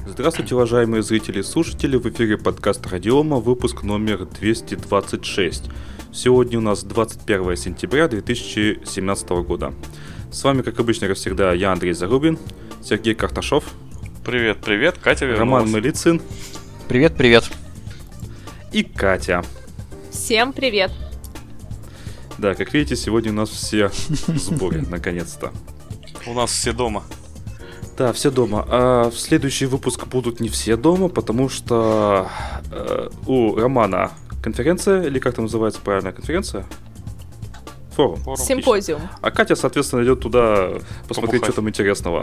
Здравствуйте, уважаемые зрители и слушатели, в эфире подкаст Радиома, выпуск номер 226. Сегодня у нас 21 сентября 2017 года. С вами, как обычно, как всегда, я, Андрей Зарубин, Сергей Карташов. Привет, Катя вернулась. Роман Мылицын. Привет. И Катя. Всем привет. Да, как видите, сегодня у нас все в сборе, наконец-то. У нас все дома. Да, все дома. А в следующий выпуск будут не все дома, потому что у Романа конференция, или как там называется правильная конференция? Форум. Симпозиум. А Катя, соответственно, идет туда посмотреть, Побухать. что там интересного.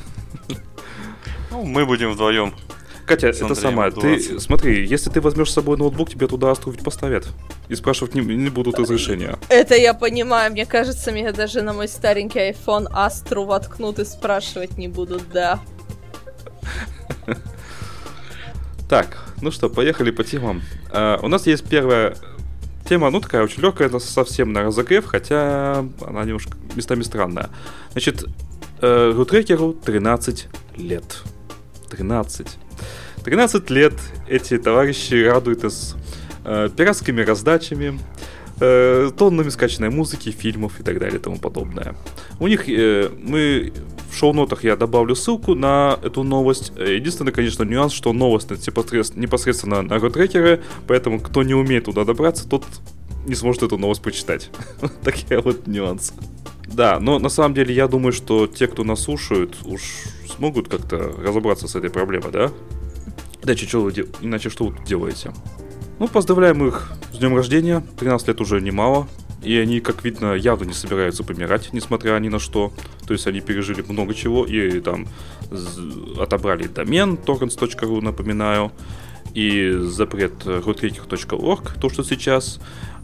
Ну, мы будем вдвоем. Катя, С это Андреем самое, ты отдуваться. смотри, если ты возьмешь с собой ноутбук, тебе туда Астру ведь поставят. И спрашивать не будут разрешения. Это я понимаю, мне кажется, меня даже на мой старенький iPhone Astra воткнут и спрашивать не будут, да. Так, ну что, поехали по темам. У нас есть первая тема, ну такая очень легкая, это совсем на разогрев, хотя она немножко местами странная. Значит, рутрекеру 13 лет. 13 лет эти товарищи радуют нас пиратскими раздачами, тоннами скачанной музыки, фильмов и так далее и тому подобное. У них, мы в шоу-нотах я добавлю ссылку на эту новость. Единственный, конечно, нюанс, что новость непосредственно на рутрекеры, поэтому кто не умеет туда добраться, тот не сможет эту новость прочитать. Такие вот нюансы. Да, но на самом деле я думаю, что те, кто нас слушают, уж смогут как-то разобраться с этой проблемой, да? Иначе что вы тут делаете? Ну, поздравляем их с днем рождения. 13 лет уже немало. И они, как видно, явно не собираются помирать, несмотря ни на что. То есть они пережили много чего. И там отобрали домен torrents.ru, напоминаю. И запрет rootrecker.org, то, что сейчас.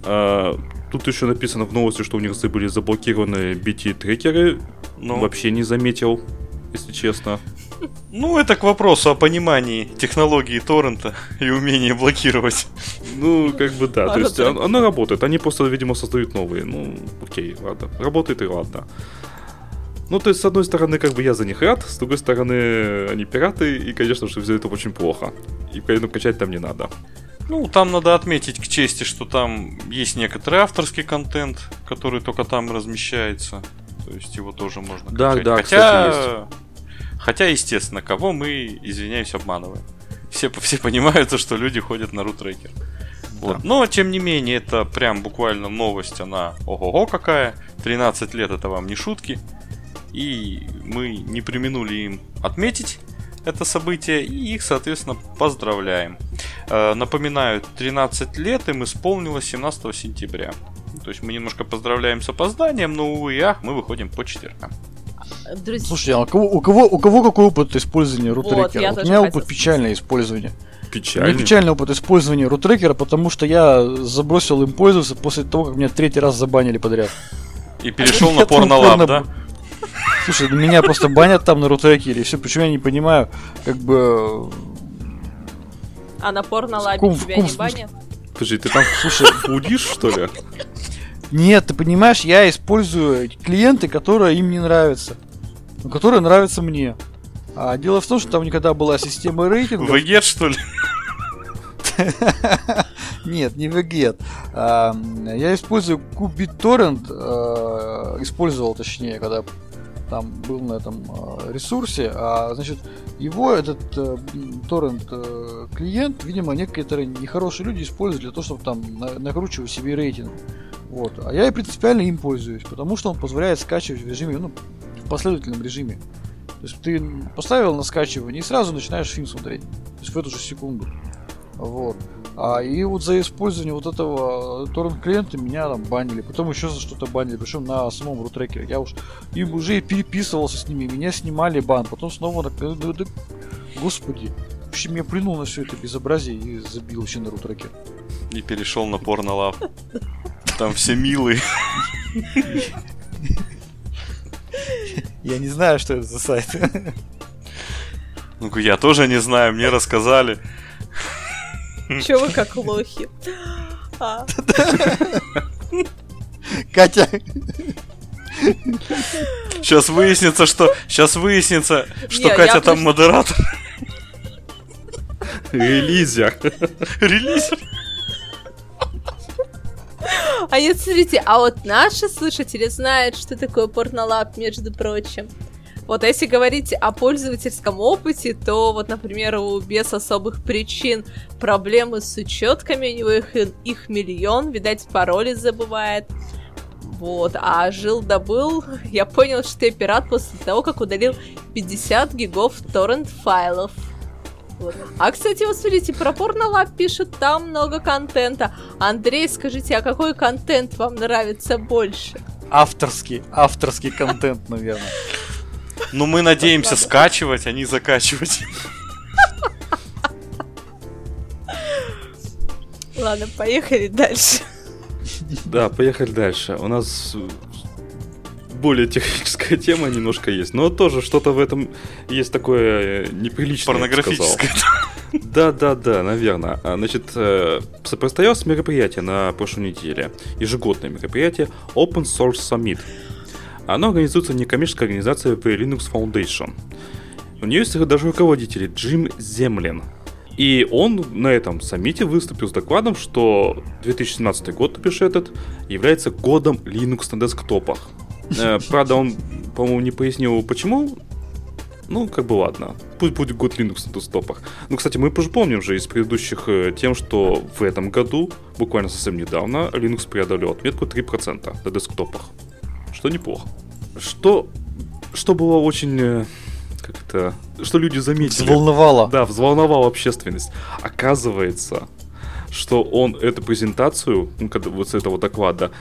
Тут еще написано в новости, что у них были заблокированы BT-трекеры. Ну. Вообще не заметил, если честно. Ну, это к вопросу о понимании технологии торрента и умении блокировать. Ну, как бы да, то есть оно работает, они просто, видимо, создают новые. Ну, окей, ладно, работает и ладно. Ну, то есть, с одной стороны, как бы я за них рад, с другой стороны, они пираты, и, конечно же, все это очень плохо. И, конечно, качать там не надо. Ну, там надо отметить к чести, что там есть некоторый авторский контент, который только там размещается. То есть его тоже можно качать. Да, кстати, есть. Хотя, естественно, кого мы, извиняюсь, обманываем. Все понимают, что люди ходят на рутрекер. Вот. Да. Но, тем не менее, это прям буквально новость, она ого-го какая. 13 лет это вам не шутки. И мы не преминули им отметить это событие и их, соответственно, поздравляем. Напоминаю, 13 лет им исполнилось 17 сентября. То есть мы немножко поздравляем с опозданием, но, увы и ах, мы выходим по четвергам. Друзья, Слушай, а у кого какой опыт использования рутрекера? я Вот у тоже меня хотела опыт печальное использование. У меня Печально. печальный опыт использования рутрекера, потому что я забросил им пользоваться после того, как меня 3-й раз забанили подряд. И перешел на Я там порнолаб, да? Слушай, меня просто банят там на рутрекере, и все, почему я не понимаю, как бы... а на порнолабе В тебя каком не смысле? банят? Слушай, ты там, фудишь, что ли? Нет, ты понимаешь, я использую клиенты, которые им не нравятся, но которые нравятся мне. А дело в том, что там никогда была система рейтинга. Вегет, что ли? Нет, не Вегет. Я использую BitTorrent, использовал, точнее, когда там был на этом ресурсе. Значит, его, этот торрент клиент, видимо, некоторые нехорошие люди используют для того, чтобы там накручивать себе рейтинг. Вот. А я и принципиально им пользуюсь, потому что он позволяет скачивать в режиме, в последовательном режиме. То есть ты поставил на скачивание и сразу начинаешь фильм смотреть. То есть в эту же секунду. Вот. И вот за использование вот этого торрент-клиента меня там банили. Потом еще за что-то банили. Причем на самом рутрекере. Я им уже и переписывался с ними. Меня снимали бан. Потом снова Господи. В общем, я плюнул на все это безобразие и забил вообще на рутрекер. И перешел на порнолаб. Там все милые. Я не знаю, что это за сайт. Ну-ка, я тоже не знаю, мне рассказали. Чё вы как лохи? Катя. Сейчас выяснится, что Не, Катя я там модератор. Релизер. Релизер. А нет, смотрите, а вот наши слушатели знают, что такое Порнолаб, между прочим. Вот если говорить о пользовательском опыте, то вот, например, у без особых причин проблемы с учетками, у него их миллион, видать, пароли забывает. Вот, а жил-добыл, я понял, что я пират после того, как удалил 50 гигов торрент-файлов. Вот. А, кстати, вот смотрите, про Порнолаб пишут, там много контента. Андрей, скажите, а какой контент вам нравится больше? Авторский контент, наверное. Ну, мы надеемся скачивать, а не закачивать. Ладно, поехали дальше. Да, поехали дальше. У нас более техническая тема немножко есть, но тоже что-то в этом есть такое неприличное. Порнографическое. Да, наверное. Значит, сопостоялось мероприятие на прошлой неделе, ежегодное мероприятие Open Source Summit. Оно организуется некоммерческой организацией при Linux Foundation. У нее есть даже руководитель Джим Землин. И он на этом саммите выступил с докладом, что 2017 год, то бишь этот, является годом Linux на десктопах. Правда, он, по-моему, не пояснил, почему. Ну, как бы ладно. Пусть будет год Linux на десктопах. Ну, кстати, мы уже помним же из предыдущих тем, что в этом году, буквально совсем недавно, Linux преодолел отметку 3% на десктопах. Что неплохо. Что было очень... что люди заметили. Взволновало. Да, взволновало общественность. Оказывается, что он эту презентацию, вот с этого доклада,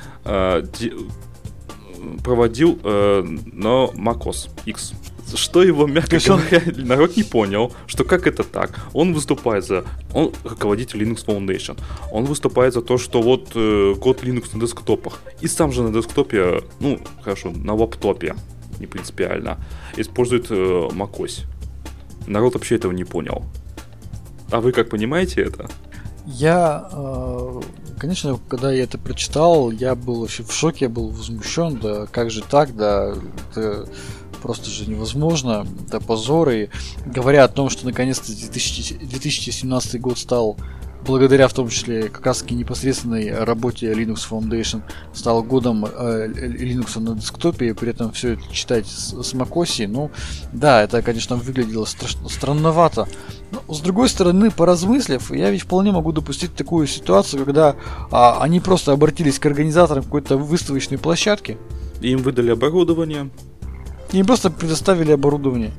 проводил на macOS X. Что его, мягко говоря, народ не понял, что как это так. Он руководитель Linux Foundation. Он выступает за то, что вот год Linux на десктопах. И сам же на десктопе, ну, хорошо, на лаптопе, не принципиально, использует macOS. Народ вообще этого не понял. А вы как понимаете это? Я, конечно, когда я это прочитал, я был вообще в шоке, я был возмущен, да как же так, да, это просто же невозможно, это позор, и говоря о том, что наконец-то 2017 год стал, благодаря в том числе как раз таки непосредственной работе Linux Foundation, стал годом Linux на десктопе, и при этом все это читать с macOS, ну да, это, конечно, выглядело странновато. Но, с другой стороны, поразмыслив, я ведь вполне могу допустить такую ситуацию, когда они просто обратились к организаторам какой-то выставочной площадки. И им выдали оборудование. И им просто предоставили оборудование.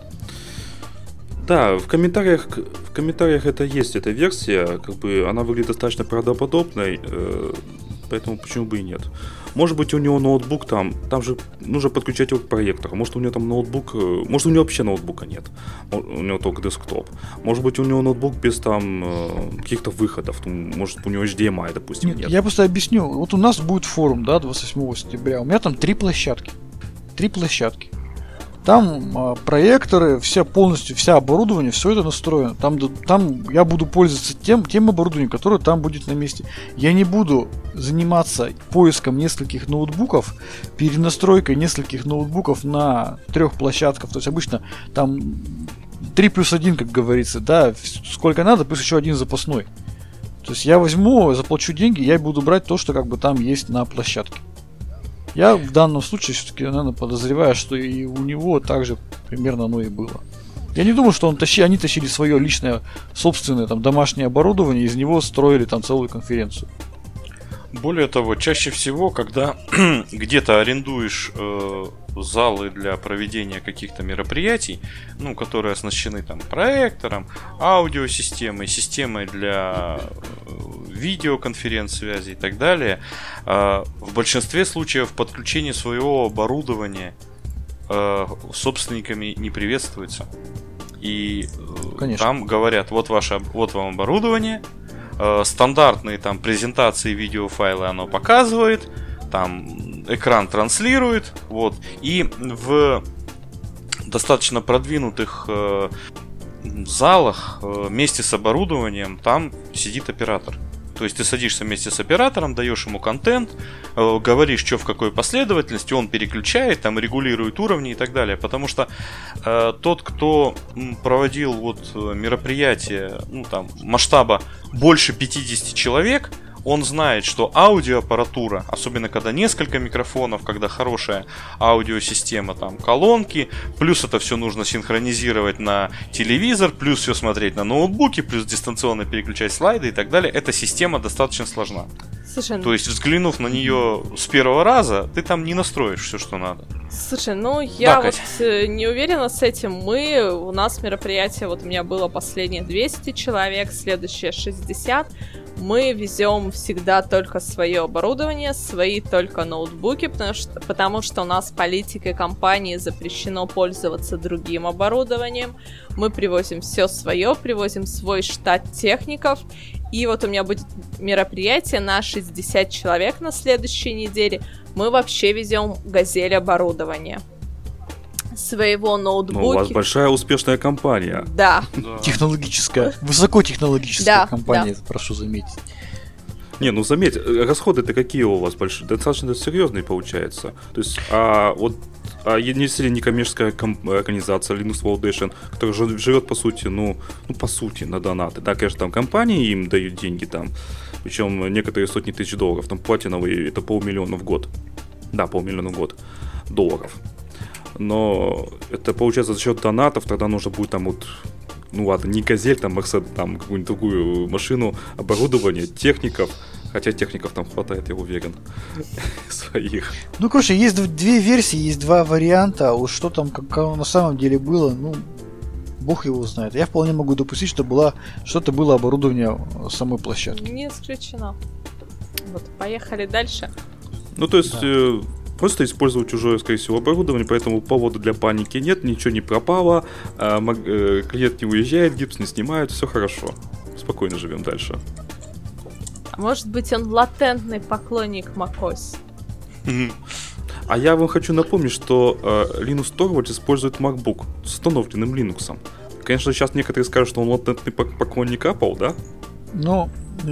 Да, в комментариях это есть, эта версия, как бы она выглядит достаточно правдоподобной, поэтому почему бы и нет. Может быть, у него ноутбук там же нужно подключать его к проектору, может у него там ноутбук, может у него вообще ноутбука нет, у него только десктоп. Может быть, у него ноутбук без там каких-то выходов, может у него HDMI, допустим, нет. Я просто объясню, вот у нас будет форум, да, 28 сентября, у меня там 3 площадки. Там проекторы, вся оборудование, все это настроено. Там я буду пользоваться тем оборудованием, которое там будет на месте. Я не буду заниматься поиском нескольких ноутбуков, перенастройкой нескольких ноутбуков на 3 площадках. То есть обычно там 3+1, как говорится, да, сколько надо, плюс еще один запасной. То есть я заплачу деньги, я буду брать то, что как бы там есть на площадке. Я в данном случае все-таки, наверное, подозреваю, что и у него также примерно оно и было. Я не думаю, что они тащили свое личное, собственное там домашнее оборудование, из него строили там целую конференцию. Более того, чаще всего, когда где-то арендуешь залы для проведения каких-то мероприятий, ну, которые оснащены там проектором, аудиосистемой, системой для видеоконференц-связи и так далее, в большинстве случаев подключение своего оборудования собственниками не приветствуется. И там говорят, вот вам оборудование, стандартные там презентации, видеофайлы оно показывает, там экран транслирует, вот. И в достаточно продвинутых залах вместе с оборудованием там сидит оператор. То есть ты садишься вместе с оператором, даешь ему контент, говоришь, что в какой последовательности, он переключает, там регулирует уровни и так далее. Потому что тот, кто проводил вот мероприятие, ну там масштаба больше 50 человек, он знает, что аудиоаппаратура, особенно когда несколько микрофонов, когда хорошая аудиосистема, там колонки, плюс это все нужно синхронизировать на телевизор, плюс все смотреть на ноутбуке, плюс дистанционно переключать слайды и так далее, эта система достаточно сложна. Слушай, То есть, взглянув на нее с первого раза, ты там не настроишь все, что надо. Слушай, ну я Да, вот Кать. не уверена с этим. У нас мероприятие, вот у меня было последние 200 человек, следующее 60. Мы везем всегда только свое оборудование, свои только ноутбуки, потому что у нас политикой компании запрещено пользоваться другим оборудованием. Мы привозим все свое, привозим свой штат техников. И вот у меня будет мероприятие на 60 человек на следующей неделе. Мы вообще везем «Газель» оборудование. Своего ноутбука. Ну, у вас большая успешная компания. Да. Технологическая, высокотехнологическая Да, компания, прошу заметить. Не, ну заметь, расходы-то какие у вас большие? Достаточно серьезные получается. То есть, если некоммерческая организация Linux Foundation, которая живет по сути, по сути, на донаты. Да, конечно, там компании им дают деньги там, причем некоторые сотни тысяч долларов, там платиновые, это 500 000 в год. Да, 500 000 в год долларов. Но это получается за счет донатов, тогда нужно будет там вот, ну ладно, не «Газель», там какую-нибудь другую машину, оборудование, техников. Хотя техников там хватает, я уверен, своих. Ну, короче, есть две версии, есть два варианта. Уж что там, как оно на самом деле было, бог его знает. Я вполне могу допустить, что что-то было оборудование самой площадки. Не исключено. Вот, поехали дальше. Ну, то есть, просто использовать чужое, скорее всего, оборудование, поэтому повода для паники нет, ничего не пропало, клиент не уезжает, гипс не снимают, все хорошо. Спокойно живем дальше. А может быть, он латентный поклонник macOS? А я вам хочу напомнить, что Linus Torvalds использует MacBook с установленным Linux. Конечно, сейчас некоторые скажут, что он латентный поклонник Apple, да? Ну,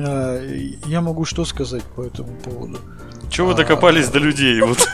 я могу что сказать по этому поводу. Чего вы докопались до людей? Вот.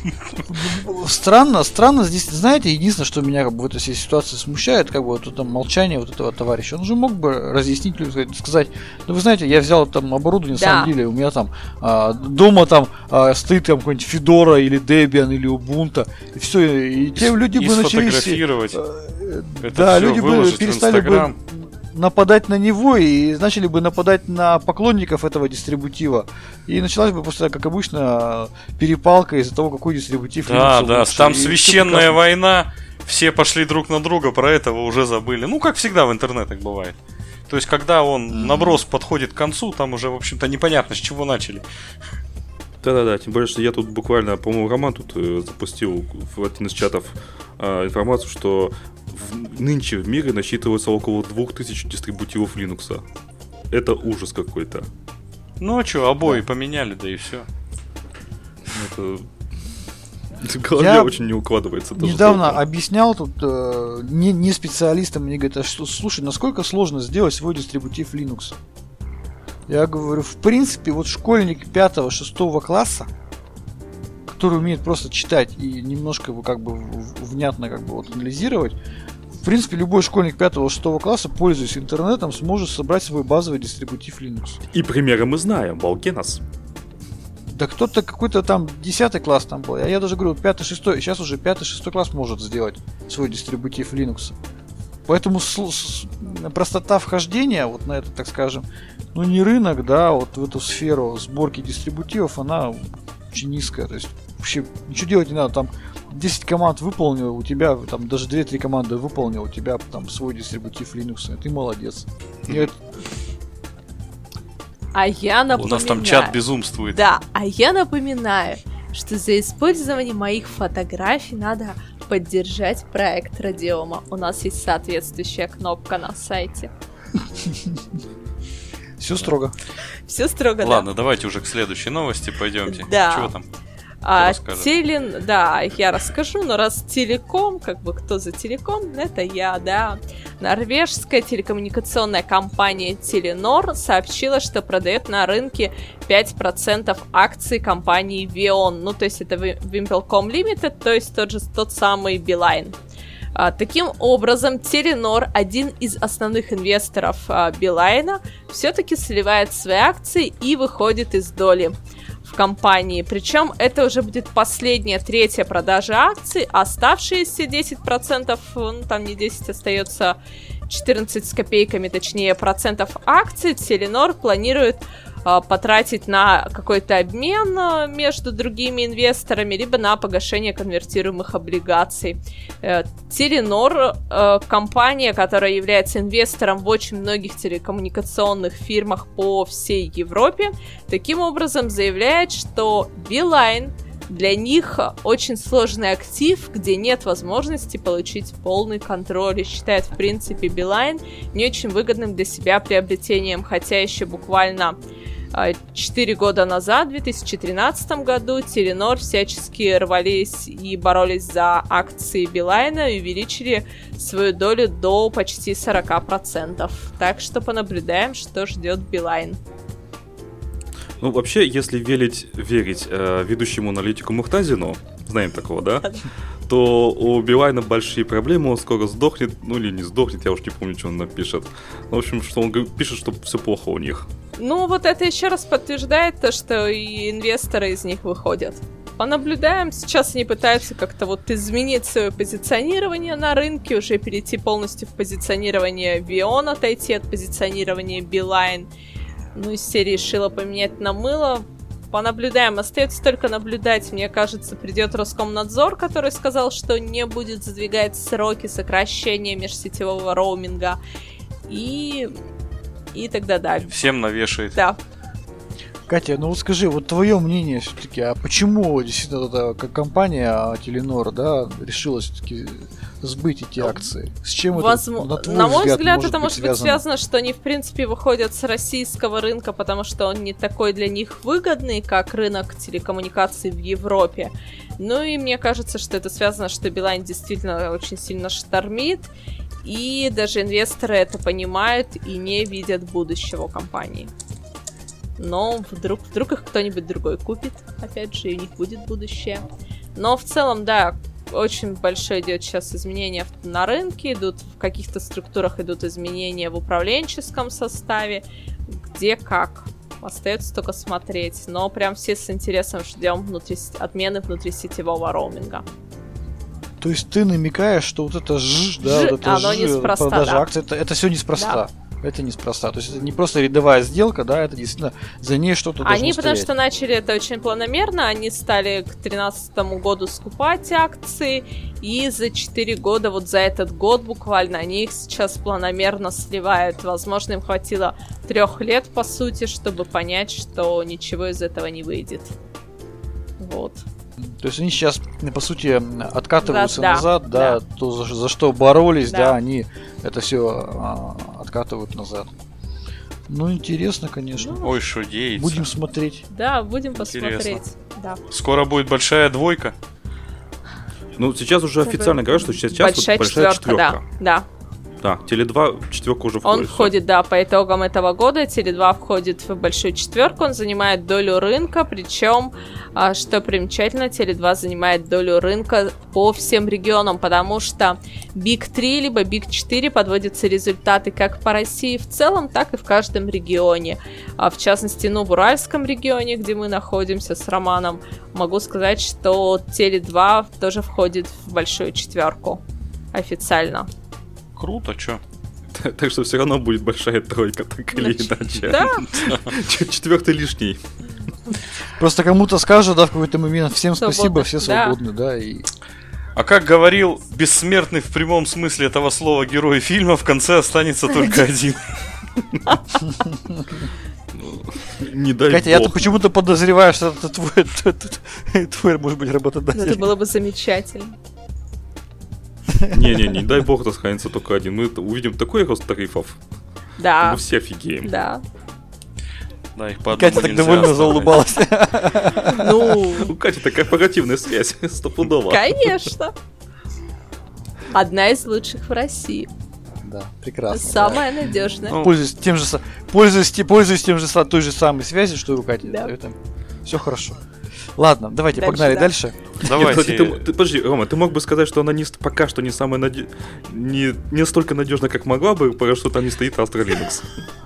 Странно здесь, знаете, единственное, что меня в этой всей ситуации смущает, вот это молчание вот этого товарища. Он же мог бы разъяснить, сказать, вы знаете, я взял там оборудование, на самом деле, у меня там дома там стоит там какой-нибудь Fedora или Debian или Ubuntu, и все, и те люди бы начали... сфотографировать. Да, люди бы перестали бы нападать на него и начали бы нападать на поклонников этого дистрибутива. И началась бы просто, как обычно, перепалка из-за того, какой дистрибутив Да, лучше. Там священная война, все пошли друг на друга, про этого уже забыли. Ну, как всегда в интернетах бывает. То есть, когда наброс подходит к концу, там уже, в общем-то, непонятно, с чего начали. Да-да-да, тем более, что я тут буквально, по-моему, Роман тут запустил в один из чатов информацию, что нынче в мире насчитывается около 2000 дистрибутивов Linux. Это ужас какой-то. Ну а что, обои поменяли, да и все. Это в голове очень не укладывается. Недавно объяснял тут не специалистам, мне говорят, слушай, насколько сложно сделать свой дистрибутив Linux? Я говорю, в принципе, вот школьник 5-6 класса, который умеет просто читать и немножко внятно анализировать, в принципе, любой школьник 5-6 класса, пользуясь интернетом, сможет собрать свой базовый дистрибутив Linux. И примеры мы знаем, Балкенас. Да кто-то какой-то там 10 класс там был. Я даже говорю, 5-6, сейчас уже 5-6 класс может сделать свой дистрибутив Linux. Поэтому простота вхождения вот на это, так скажем, не рынок, да, вот в эту сферу сборки дистрибутивов, она очень низкая. То есть вообще ничего делать не надо. Там 10 команд выполнил, у тебя там даже 2-3 команды выполнил, у тебя там свой дистрибутив Linux, и ты молодец. А я напоминаю... У нас там чат безумствует. Да, а я напоминаю, что за использование моих фотографий надо поддержать проект Радиома. У нас есть соответствующая кнопка на сайте. Все строго. Все строго, да. Ладно, давайте уже к следующей новости пойдемте. Да. Чего там? Да, я расскажу, но раз Телеком, кто за Телеком, это я, да. Норвежская телекоммуникационная компания Telenor сообщила, что продает на рынке 5% акций компании VEON. Ну, то есть это Wimpelcom Limited, то есть тот самый Билайн. Таким образом, Telenor, один из основных инвесторов Билайна, все-таки сливает свои акции и выходит из доли в компании. Причем это уже будет последняя, третья продажа акций, а оставшиеся 10%, ну там не 10, остается 14 с копейками, точнее, процентов акций, Telenor планирует потратить на какой-то обмен между другими инвесторами, либо на погашение конвертируемых облигаций. Telenor, компания, которая является инвестором в очень многих телекоммуникационных фирмах по всей Европе, таким образом заявляет, что Билайн для них очень сложный актив, где нет возможности получить полный контроль, и считает, в принципе, Билайн не очень выгодным для себя приобретением, хотя еще буквально 4 года назад, в 2013 году, Telenor всячески рвались и боролись за акции Билайна и увеличили свою долю до почти 40%. Так что понаблюдаем, что ждет Билайн. Ну, вообще, если верить ведущему аналитику Мухтазину, знаем такого, да? То у Билайна большие проблемы, он скоро сдохнет, ну или не сдохнет, я уж не помню, что он напишет. В общем, что он пишет, что все плохо у них. Ну, вот это еще раз подтверждает то, что и инвесторы из них выходят. Понаблюдаем, сейчас они пытаются как-то вот изменить свое позиционирование на рынке, уже перейти полностью в позиционирование VEON, отойти от позиционирования Билайн. Ну, из серии решила поменять на мыло. Понаблюдаем. Остается только наблюдать. Мне кажется, придет Роскомнадзор, который сказал, что не будет задвигать сроки сокращения межсетевого роуминга. И тогда далее. Всем навешает. Да. Катя, ну вот скажи, вот твое мнение все-таки, а почему действительно эта компания Telenor, да, решила все-таки сбыть эти акции? С чем это, на твой На мой взгляд, может это может быть связано, что они, в принципе, выходят с российского рынка, потому что он не такой для них выгодный, как рынок телекоммуникаций в Европе. Ну и мне кажется, что это связано, что Билайн действительно очень сильно штормит, и даже инвесторы это понимают и не видят будущего компании. Но вдруг их кто-нибудь другой купит, опять же, и у них будет будущее. Но в целом, да, очень большое идет сейчас изменения на рынке, в каких-то структурах идут изменения в управленческом составе, где как. Остается только смотреть. Но прям все с интересом ждем отмены внутрисетевого роуминга. То есть ты намекаешь, что вот это продажа акций, это все неспроста. Да. Это неспроста. То есть это не просто рядовая сделка, да, это действительно за ней что-то должно стоять. Они потому что начали это очень планомерно, они стали к 2013 году скупать акции, и за 4 года, вот за этот год буквально, они их сейчас планомерно сливают. Возможно, им хватило 3 лет, по сути, чтобы понять, что ничего из этого не выйдет. Вот. То есть они сейчас, по сути, откатываются назад, да, то, за что боролись, да, они это все откатывают назад. Ну, интересно, конечно. Ой, что деется. Будем смотреть. Да, будем посмотреть. Да. Скоро будет большая двойка. Ну, сейчас уже официально говорят, что сейчас большая четверка. Да. Да, Теле2 четверка уже входит. Он входит, да, по итогам этого года. Теле2 входит в большую четверку, он занимает долю рынка, причем, что примечательно, Теле2 занимает долю рынка по всем регионам, потому что Big 3 либо Big 4 подводятся результаты как по России в целом, так и в каждом регионе. В частности, в Уральском регионе, где мы находимся с Романом, могу сказать, что Теле2 тоже входит в большую четверку официально. Круто, чё? Так что все равно будет большая тройка, так или иначе. Да. 4 лишний. Просто кому-то скажут, да, в какой-то момент, всем спасибо, все да. свободны, да, и... А как говорил бессмертный в прямом смысле этого слова герой фильма, в конце останется только один. Не дай Катя, бог. я-то почему-то подозреваю, что это твой, может быть, работодатель. Это было бы замечательно. Не дай бог, это останется только один. Мы увидим такой рост тарифов. Да. Мы все офигеем. Да. Да, их по одному Катя так нельзя довольно оставлять. заулыбалась. У Кати такая корпоративная связь, стопудово. Конечно. Одна из лучших в России. да, прекрасно. Самое надежное. Ну, Пользуюсь той же самой связью, что и у Кати. Да. Все хорошо. Ладно, давайте, Дальше, погнали да. дальше. Давайте. Нет, кстати, подожди, Рома, ты мог бы сказать, что она пока что не самая не столько надежна, как могла бы, потому что там не стоит Astra Linux.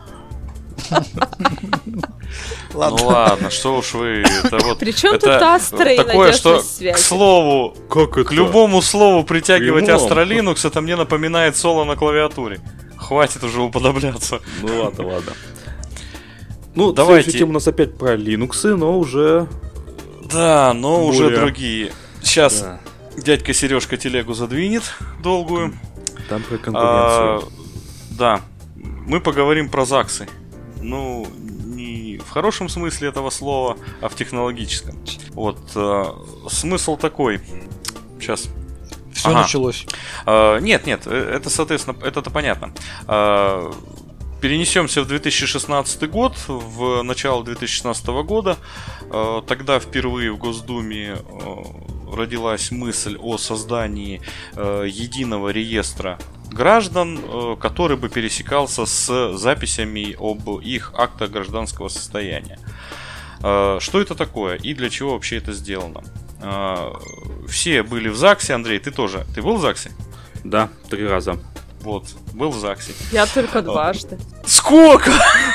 Ну ладно, что уж вы. Это вот. Причем тут это Astra и такое, что, надежность связи? к слову, Как это? к любому слову притягивать Прямом. Astra Linux, это мне напоминает соло на клавиатуре. Хватит уже уподобляться. Ну ладно. Ну, Давайте. следующая тема у нас опять про Linux, но уже... Да, но уже Более. другие. Сейчас Да, дядька Сережка телегу задвинет долгую. там про конкуренцию. Да, мы поговорим про ЗАГСы. Ну, не в хорошем смысле этого слова, а в технологическом. Вот, смысл такой. Сейчас. Все Ага. началось. Нет, это, соответственно, это-то понятно. Перенесемся в 2016 год, в начало 2016 года. Тогда впервые в Госдуме родилась мысль о создании единого реестра граждан, который бы пересекался с записями об их актах гражданского состояния. Что это такое и для чего вообще это сделано? Все были в ЗАГСе. Андрей, ты тоже. Ты был в ЗАГСе? Да, 3 раза. Вот, был в ЗАГСе. Я только дважды. Сколько?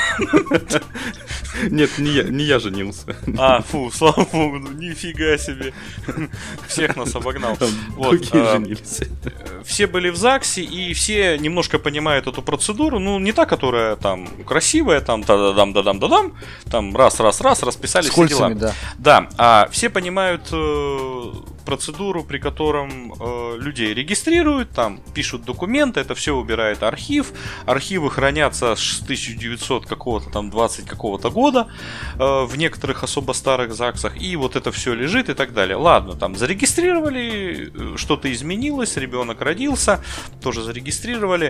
Нет, не я женился. Фу, слава богу, ну нифига себе. Всех нас обогнал. Там Вот, другие женились. все были в ЗАГСе, и все немножко понимают эту процедуру. Ну, не та, которая там красивая, там та-да-дам, там раз, расписали С все дела. кольцами, да. Да, а все понимают процедуру, при котором людей регистрируют, там пишут документы, это все убирает архив. Архивы хранятся с 1900 какого-то там 20 какого-то года в некоторых особо старых ЗАГСах, и вот это все лежит и так далее. Ладно, там зарегистрировали, что-то изменилось, ребенок родился, тоже зарегистрировали.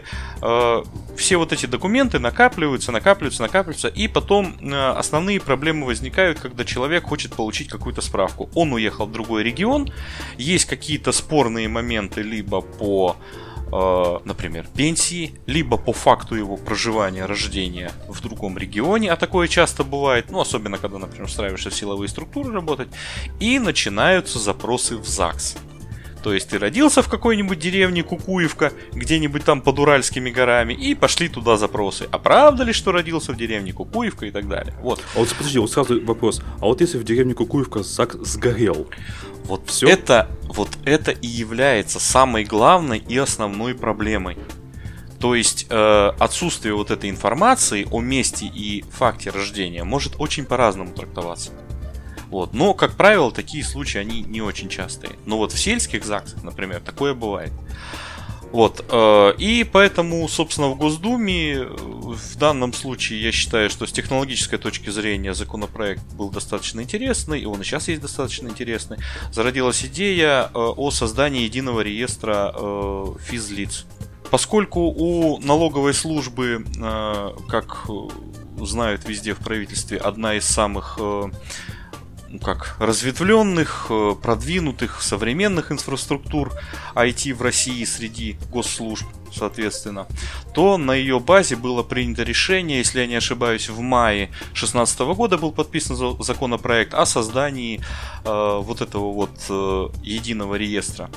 Все вот эти документы накапливаются, и потом основные проблемы возникают, когда человек хочет получить какую-то справку. Он уехал в другой регион, есть какие-то спорные моменты либо по, например, пенсии, либо по факту его проживания, рождения в другом регионе, а такое часто бывает, ну, особенно когда, например, устраиваешься в силовые структуры работать, и начинаются запросы в ЗАГС. То есть ты родился в какой-нибудь деревне Кукуевка, где-нибудь там под Уральскими горами, и пошли туда запросы. А правда ли, что родился в деревне Кукуевка и так далее? Вот. А вот подожди, вот сразу вопрос. А вот если в деревне Кукуевка ЗАГС сгорел? Вот Всё? это и является самой главной и основной проблемой. То есть отсутствие вот этой информации о месте и факте рождения может очень по-разному трактоваться. Вот. Но, как правило, такие случаи, они не очень частые. Но вот в сельских ЗАГСах, например, такое бывает. Вот. И поэтому, собственно, в Госдуме в данном случае я считаю, что с технологической точки зрения законопроект был достаточно интересный, и он и сейчас есть достаточно интересный. Зародилась идея о создании единого реестра физлиц. Поскольку у налоговой службы, как знают везде в правительстве, одна из самых разветвленных, продвинутых, современных инфраструктур IT в России среди госслужб, соответственно, то на ее базе было принято решение, если я не ошибаюсь, в мае 2016 года был подписан законопроект о создании вот этого вот единого реестра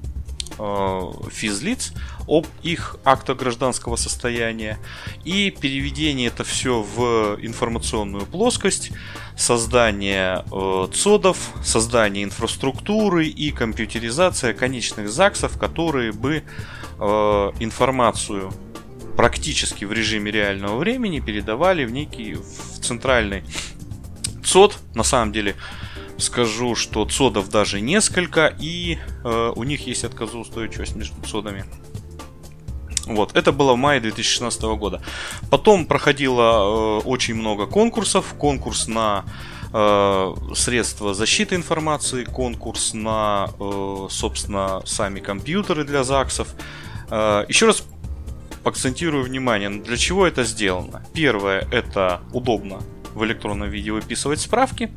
физлиц об их актах гражданского состояния и переведение это все в информационную плоскость, создание ЦОДов, создание инфраструктуры и компьютеризация конечных ЗАГСов, которые бы информацию практически в режиме реального времени передавали в центральный ЦОД. На самом деле скажу, что ЦОДов даже несколько, и у них есть отказоустойчивость между ЦОДами. Вот, это было в мае 2016 года. Потом проходило очень много конкурсов. Конкурс на средства защиты информации, конкурс на, собственно, сами компьютеры для ЗАГСов. Еще раз акцентирую внимание, для чего это сделано. Первое, это удобно в электронном виде выписывать справки.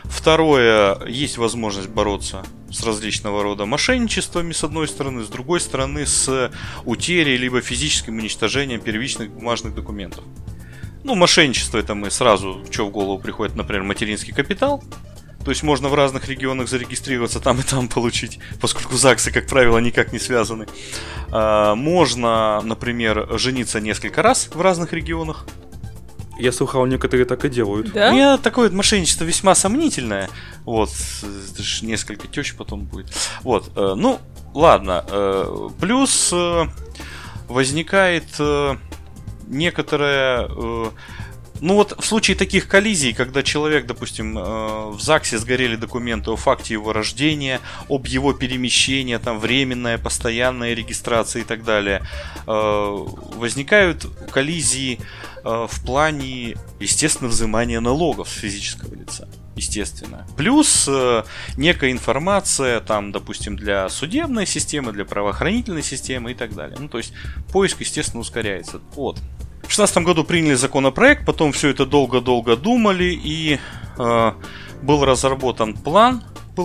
Второе, есть возможность бороться с различного рода мошенничествами, с одной стороны, с другой стороны, с утерей либо физическим уничтожением первичных бумажных документов. Ну, мошенничество, это мы сразу, что в голову приходит, например, материнский капитал. То есть можно в разных регионах зарегистрироваться, там и там получить, поскольку ЗАГСы, как правило, никак не связаны. Можно, например, жениться несколько раз в разных регионах. Я слыхал, некоторые так и делают. Да? У меня такое мошенничество весьма сомнительное. Вот, это ж несколько тещ потом будет. Вот, ну, ладно. Плюс возникает некоторое... Ну вот в случае таких коллизий, когда человек, допустим, в ЗАГСе сгорели документы о факте его рождения, об его перемещении, там временная, постоянная регистрация и так далее, возникают коллизии в плане, естественно, взимания налогов с физического лица. Естественно. Плюс некая информация, там, допустим, для судебной системы, для правоохранительной системы и так далее. Ну, то есть поиск, естественно, ускоряется. Вот. В 2016 году приняли законопроект, потом все это долго-долго думали, и был разработан план.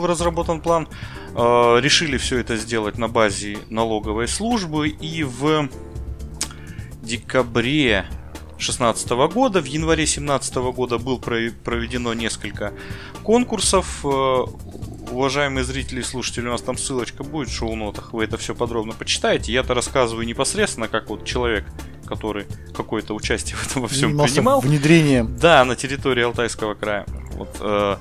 Решили все это сделать на базе налоговой службы, и в декабре 2016 года, в январе 2017 года было проведено несколько конкурсов. Уважаемые зрители и слушатели, у нас там ссылочка будет в шоу-нотах, вы это все подробно почитаете. Я-то рассказываю непосредственно, как вот человек, который какое-то участие в этом во всем принимал. Внедрением. Да, на территории Алтайского края. Вот,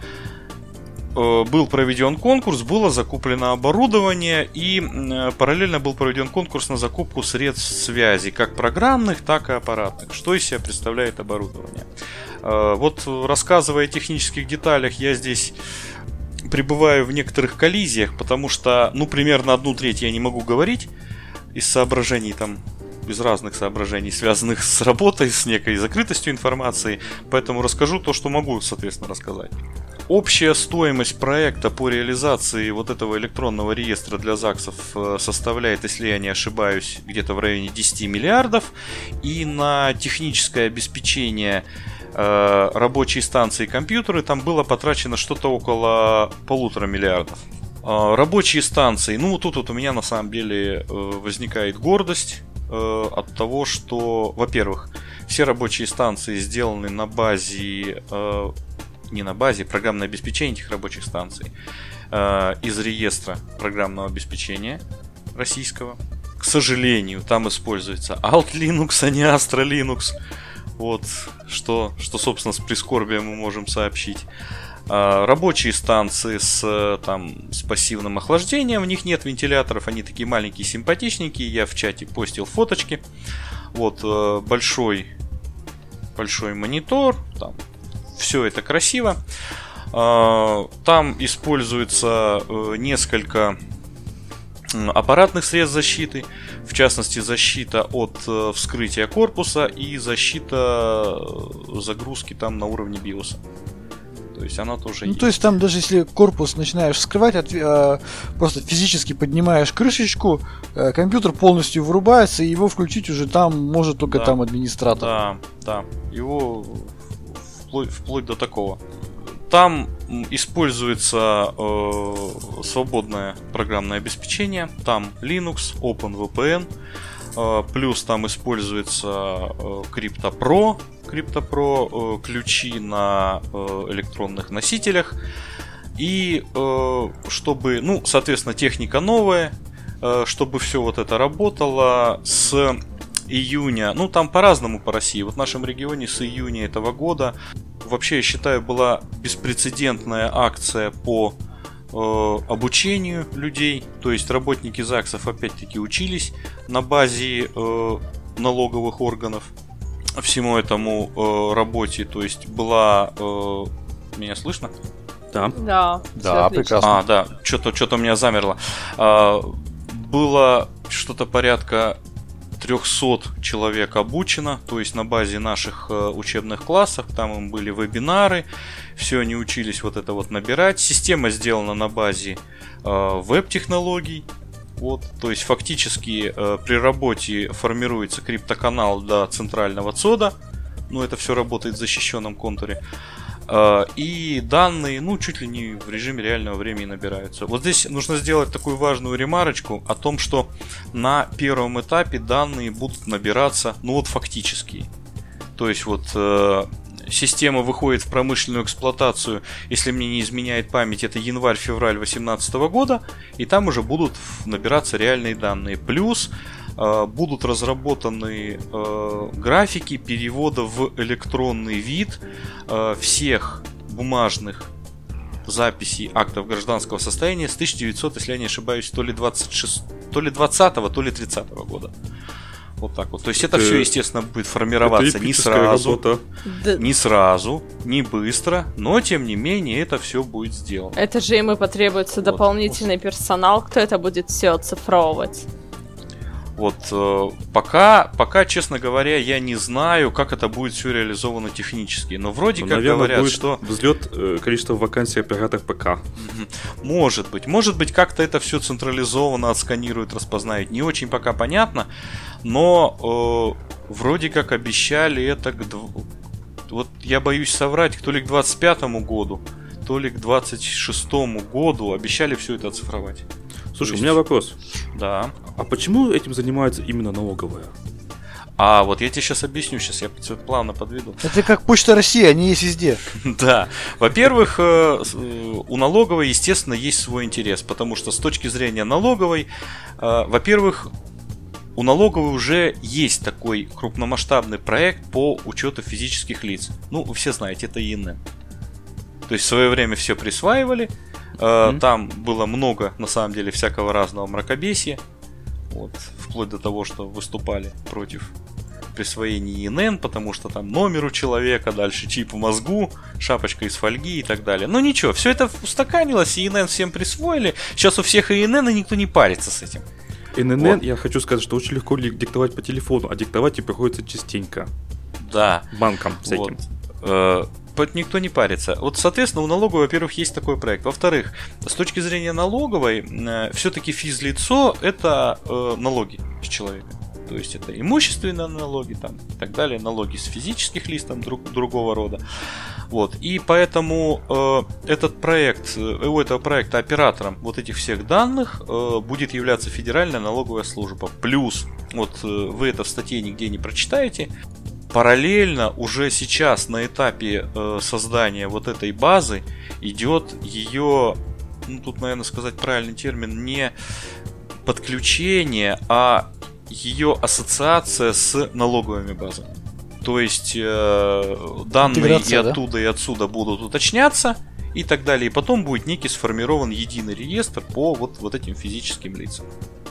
был проведен конкурс, было закуплено оборудование, и параллельно был проведен конкурс на закупку средств связи, как программных, так и аппаратных. Что из себя представляет оборудование? Вот, рассказывая о технических деталях, я здесь пребываю в некоторых коллизиях, потому что, ну, примерно 1/3 я не могу говорить из соображений там, из разных соображений, связанных с работой, с некой закрытостью информации, поэтому расскажу то, что могу, соответственно, рассказать. Общая стоимость проекта по реализации вот этого электронного реестра для ЗАГСов составляет, если я не ошибаюсь, где-то в районе 10 миллиардов, и на техническое обеспечение рабочей станции и компьютеры там было потрачено что-то около 1,5 миллиардов. Рабочие станции, ну тут вот у меня на самом деле возникает гордость от того, что, во-первых, все рабочие станции сделаны на базе, не на базе, программное обеспечение этих рабочих станций из реестра программного обеспечения российского. К сожалению, там используется Alt Linux, а не Astra Linux. Вот, что, собственно, с прискорбием мы можем сообщить. Рабочие станции с пассивным охлаждением, в них нет вентиляторов, они такие маленькие, симпатичненькие. Я в чате постил фоточки. Вот, большой монитор, там все это красиво. Там используется несколько аппаратных средств защиты, в частности защита от вскрытия корпуса и защита загрузки там на уровне BIOS. То есть она тоже есть. То есть там даже если корпус начинаешь вскрывать, просто физически поднимаешь крышечку, компьютер полностью вырубается, и его включить уже там может только там администратор. Да, его вплоть до такого. Там используется свободное программное обеспечение, там Linux, OpenVPN, плюс там используется CryptoPro, ключи на электронных носителях. И чтобы, соответственно, техника новая, чтобы все вот это работало с июня, там по-разному по России. Вот в нашем регионе с июня этого года, вообще, я считаю, была беспрецедентная акция по обучению людей. То есть работники ЗАГСов опять-таки учились на базе налоговых органов всему этому работе. То есть была... Меня слышно? Да, прекрасно. Да, что-то у меня замерло. Было что-то порядка 300 человек обучено, то есть на базе наших учебных классов, там им были вебинары, все они учились вот это вот набирать. Система сделана на базе веб-технологий. Вот, то есть фактически при работе формируется криптоканал до центрального ЦОДа, но это все работает в защищенном контуре. И данные, чуть ли не в режиме реального времени набираются. Вот здесь нужно сделать такую важную ремарочку о том, что на первом этапе данные будут набираться, фактически. То есть система выходит в промышленную эксплуатацию, если мне не изменяет память, это январь-февраль 2018 года, и там уже будут набираться реальные данные. Плюс будут разработаны графики перевода в электронный вид всех бумажных записей актов гражданского состояния с 1900, если я не ошибаюсь, то ли 20-го, то ли 30-го года. Вот так вот. То есть это все, естественно, будет формироваться не сразу, не быстро, но тем не менее это все будет сделано. Это же им и потребуется дополнительный персонал, кто это будет все оцифровывать. Пока, честно говоря, я не знаю, как это будет все реализовано технически. Но вроде как говорят, будет что взлет количества вакансий операторов ПК. Может быть, как-то это все централизованно отсканируют, распознают. Не очень пока понятно, но вроде как обещали это я боюсь соврать, то ли к 25-му году, то ли к 26-му году обещали все это оцифровать. Слушай, у меня вопрос. Да. А почему этим занимается именно налоговая? Я тебе сейчас объясню, сейчас я плавно подведу. Это как Почта России, они есть везде. Да. Во-первых, у налоговой, естественно, есть свой интерес, потому что с точки зрения налоговой, во-первых, у налоговой уже есть такой крупномасштабный проект по учету физических лиц. Вы все знаете, это ИНН. То есть в свое время все присваивали. Там было много, на самом деле, всякого разного мракобесия. Вплоть до того, что выступали против присвоения ИНН, потому что там номер у человека, дальше чип в мозгу, шапочка из фольги и так далее. Но ничего, все это устаканилось, и ИНН всем присвоили. Сейчас у всех ИНН, и никто не парится с этим. ИНН, я хочу сказать, что очень легко диктовать по телефону, а диктовать тебе приходится частенько. Да. Банкам всяким. Никто не парится. Соответственно, у налоговой, во-первых, есть такой проект. Во-вторых, с точки зрения налоговой, все-таки физлицо – это налоги с человека. То есть это имущественные налоги и так далее, налоги с физических лиц другого рода. И поэтому этот проект, у этого проекта оператором этих всех данных будет являться Федеральная налоговая служба. Плюс, вы это в статье нигде не прочитаете, параллельно уже сейчас на этапе создания этой базы идет ее, тут, наверное, сказать правильный термин, не подключение, а ее ассоциация с налоговыми базами. То есть данные и оттуда, и отсюда будут уточняться и так далее. И потом будет некий сформирован единый реестр по этим физическим лицам.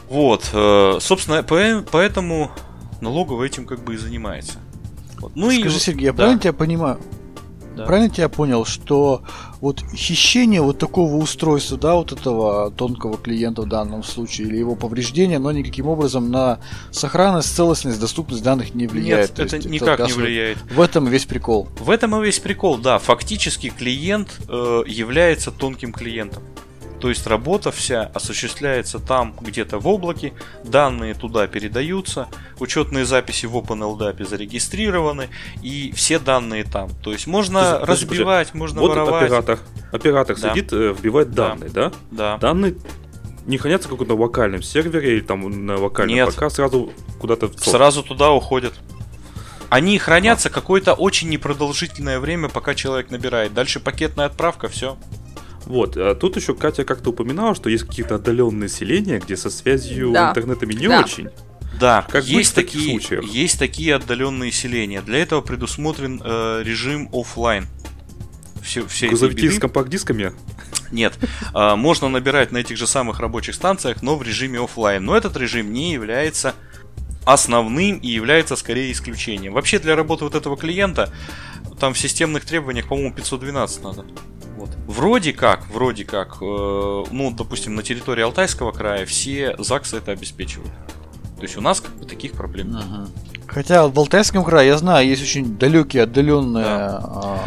Собственно, поэтому налоговая этим и занимается. Скажи, Сергей, я правильно тебя понимаю? Да. Правильно тебя понял, что хищение такого устройства, этого тонкого клиента в данном случае, или его повреждение, но никаким образом на сохранность, целостность, доступность данных не влияет? Нет, это никак не влияет. В этом весь прикол. В этом и весь прикол, да. Фактически клиент является тонким клиентом. То есть работа вся осуществляется там, где-то в облаке, данные туда передаются, учетные записи в OpenLDAP зарегистрированы, и все данные там. То есть можно разбивать, можно воровать. Оператор сидит, вбивает данные, да? Да. Данные не хранятся в каком-то локальном сервере или на локальном ПК, сразу куда-то в ЦОП. Сразу туда уходят. Они хранятся какое-то очень непродолжительное время, пока человек набирает. Дальше пакетная отправка, все. А тут еще Катя как-то упоминала, что есть какие-то отдаленные селения, где со связью интернетами не очень. Да, как есть такие случаи. Есть такие отдаленные селения. Для этого предусмотрен режим офлайн. Грузовики с компакт-дисками? Нет, можно набирать на этих же самых рабочих станциях, но в режиме офлайн. Но этот режим не является основным и является скорее исключением. Вообще для работы этого клиента там в системных требованиях, по-моему, 512 надо. Вроде как, допустим, на территории Алтайского края все ЗАГСы это обеспечивают. То есть у нас таких проблем нет. Хотя в Алтайском крае, я знаю, есть очень далекие, отдаленные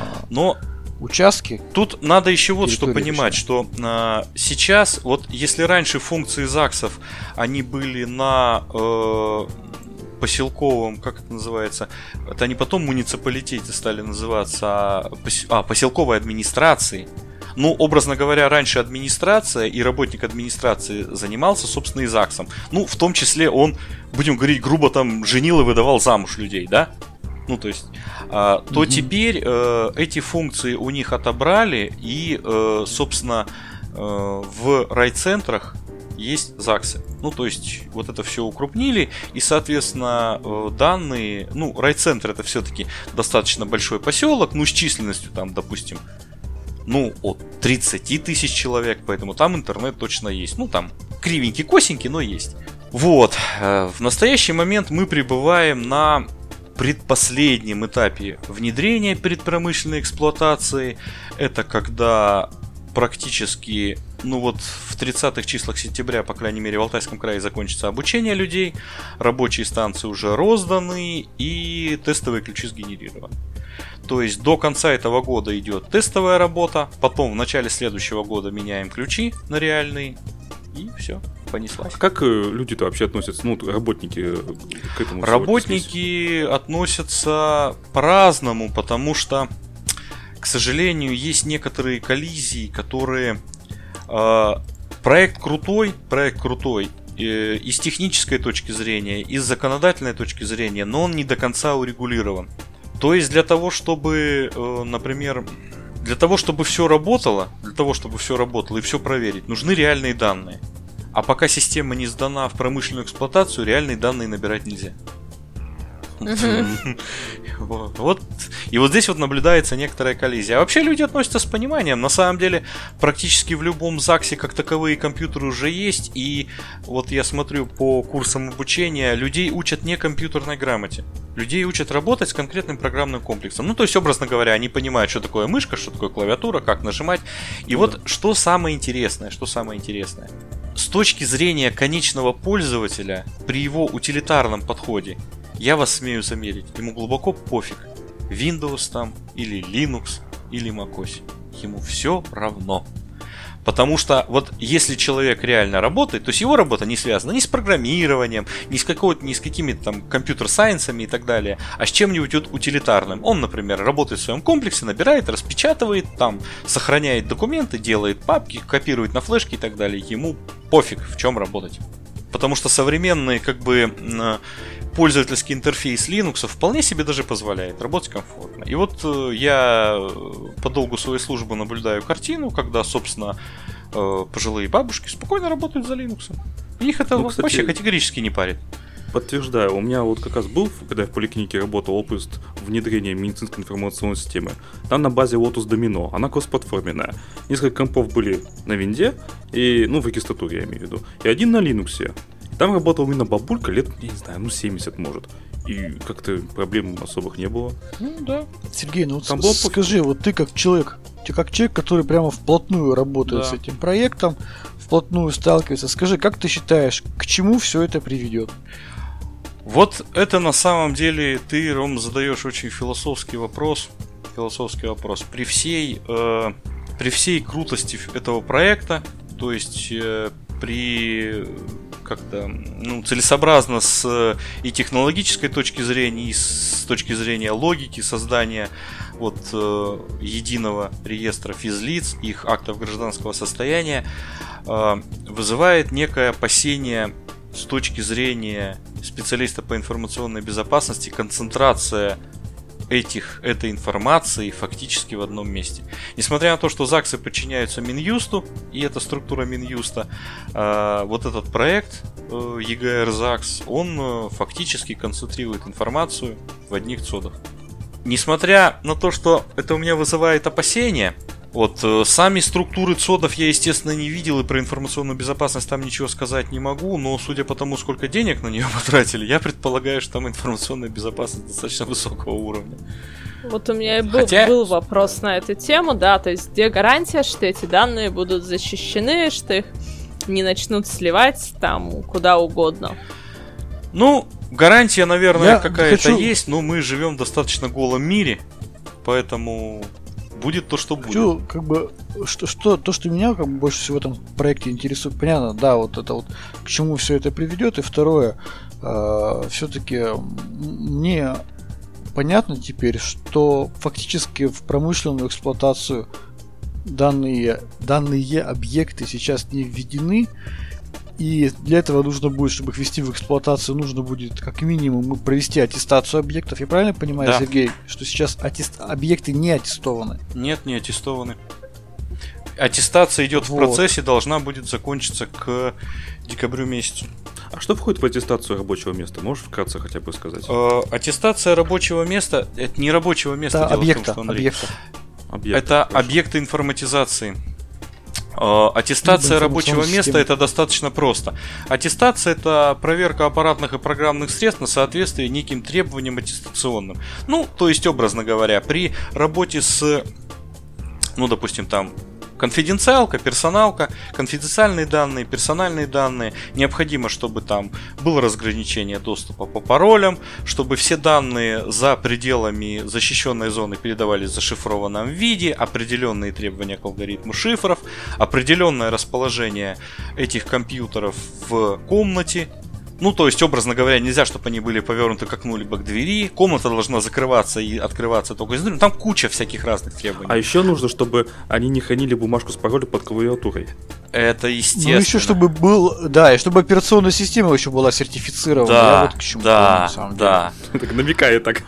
участки. Тут надо еще что понимать, что сейчас, если раньше функции ЗАГСов, они были на поселковом, как это называется, это они потом муниципалитеты стали называться, поселковой администрации. Ну, образно говоря, раньше администрация и работник администрации занимался, собственно, и ЗАГСом. Ну, в том числе он, будем говорить грубо, там, женил и выдавал замуж людей, да? Ну, то есть, то теперь эти функции у них отобрали, и, собственно, в райцентрах есть ЗАГСы. Ну, то есть, вот это все укрупнили, и, соответственно, данные... Ну, райцентр это все-таки достаточно большой поселок, ну, с численностью там, допустим, ну, от 30 тысяч человек, поэтому там интернет точно есть. Ну, там кривенький, косенький, но есть. Вот. В настоящий момент мы пребываем на предпоследнем этапе внедрения предпромышленной эксплуатации. Это когда практически, ну вот в 30-х числах сентября, по крайней мере, в Алтайском крае закончится обучение людей, рабочие станции уже розданы и тестовые ключи сгенерированы. То есть до конца этого года идет тестовая работа, потом в начале следующего года меняем ключи на реальные, и все, понеслась. Как люди-то вообще относятся, ну, работники к этому? Работники относятся по-разному, потому что, к сожалению, есть некоторые коллизии, которые... Проект крутой, и с технической точки зрения, и с законодательной точки зрения, но он не до конца урегулирован. То есть для того, чтобы, например, для того, чтобы все работало и все проверить, нужны реальные данные. А пока система не сдана в промышленную эксплуатацию, реальные данные набирать нельзя. Вот. И вот здесь вот наблюдается некоторая коллизия. А вообще люди относятся с пониманием. На самом деле, практически в любом ЗАГСе как таковые компьютеры уже есть. И вот я смотрю по курсам обучения, людей учат не компьютерной грамоте. Людей учат работать с конкретным программным комплексом. Ну, то есть, образно говоря, они понимают, что такое мышка, что такое клавиатура, как нажимать. И вот что самое интересное. С точки зрения конечного пользователя, при его утилитарном подходе, я вас смею замерить, ему глубоко пофиг, Windows там, или Linux, или macOS. Ему все равно. Потому что вот если человек реально работает, то есть его работа не связана ни с программированием, ни с какими-то там компьютер-сайенсами и так далее, а с чем-нибудь утилитарным. Он, например, работает в своем комплексе, набирает, распечатывает, там, сохраняет документы, делает папки, копирует на флешки и так далее. Ему пофиг, в чем работать. Потому что современный, пользовательский интерфейс Linux вполне себе даже позволяет работать комфортно. И вот я по долгу своей службы наблюдаю картину, когда, собственно, пожилые бабушки спокойно работают за Linux. Их это вообще категорически не парит. Подтверждаю, у меня вот как раз был, когда я в поликлинике работал, опыт внедрения медицинской информационной системы. Там на базе Lotus Domino, она кроссплатформенная. Несколько компов были на винде, и, в регистратуре я имею в виду, и один на Linux. И там работала именно бабулька лет, я не знаю, 70 может. И как-то проблем особых не было. Ну да. Сергей, скажи, вот ты как человек, который прямо вплотную работает с этим проектом, вплотную сталкивается, скажи, как ты считаешь, к чему все это приведет? Вот это на самом деле ты, Ром, задаешь очень философский вопрос. При всей крутости этого проекта, то есть при целесообразно с и технологической точки зрения, и с точки зрения логики создания единого реестра физлиц, их актов гражданского состояния, вызывает некое опасение с точки зрения специалиста по информационной безопасности, концентрация этой информации фактически в одном месте. Несмотря на то, что ЗАГСы подчиняются Минюсту, и это структура Минюста, вот этот проект ЕГР-ЗАГС, он фактически концентрирует информацию в одних ЦОДах. Несмотря на то, что это у меня вызывает опасения, сами структуры ЦОДов я, естественно, не видел, и про информационную безопасность там ничего сказать не могу, но судя по тому, сколько денег на нее потратили, я предполагаю, что там информационная безопасность достаточно высокого уровня. Вот у меня был вопрос на эту тему, да, то есть где гарантия, что эти данные будут защищены, что их не начнут сливать там куда угодно? Гарантия, наверное, какая-то есть, но мы живем в достаточно голом мире, поэтому... Будет то, что будет. То, что меня больше всего в этом проекте интересует, понятно, да, к чему все это приведет. И второе, все-таки мне понятно теперь, что фактически в промышленную эксплуатацию данные объекты сейчас не введены. И для этого нужно будет, чтобы их ввести в эксплуатацию, нужно будет как минимум провести аттестацию объектов. Я правильно понимаю, да, Сергей, что сейчас объекты не аттестованы? Нет, не аттестованы. Аттестация идет в процессе, должна будет закончиться к декабрю месяцу. А что входит в аттестацию рабочего места? Можешь вкратце хотя бы сказать? Аттестация рабочего места, это не рабочего места, это объекта. Это объекты информатизации. Аттестация рабочего места — это достаточно просто. Аттестация — это проверка аппаратных и программных средств на соответствие неким требованиям аттестационным. Ну, то есть, образно говоря, при работе с, ну, допустим, там конфиденциалка, персоналка, конфиденциальные данные, персональные данные. Необходимо, чтобы там было разграничение доступа по паролям, чтобы все данные за пределами защищенной зоны передавались в зашифрованном виде, определенные требования к алгоритму шифров, определенное расположение этих компьютеров в комнате. Ну, то есть, образно говоря, нельзя, чтобы они были повернуты к окну либо к двери. Комната должна закрываться и открываться только изнутри. Там куча всяких разных требований. А еще нужно, чтобы они не хранили бумажку с паролем под клавиатурой. Это естественно. Ну, еще чтобы был, да, и чтобы операционная система еще была сертифицирована. Да, я вот к чему да, помню, да. Так намекает так.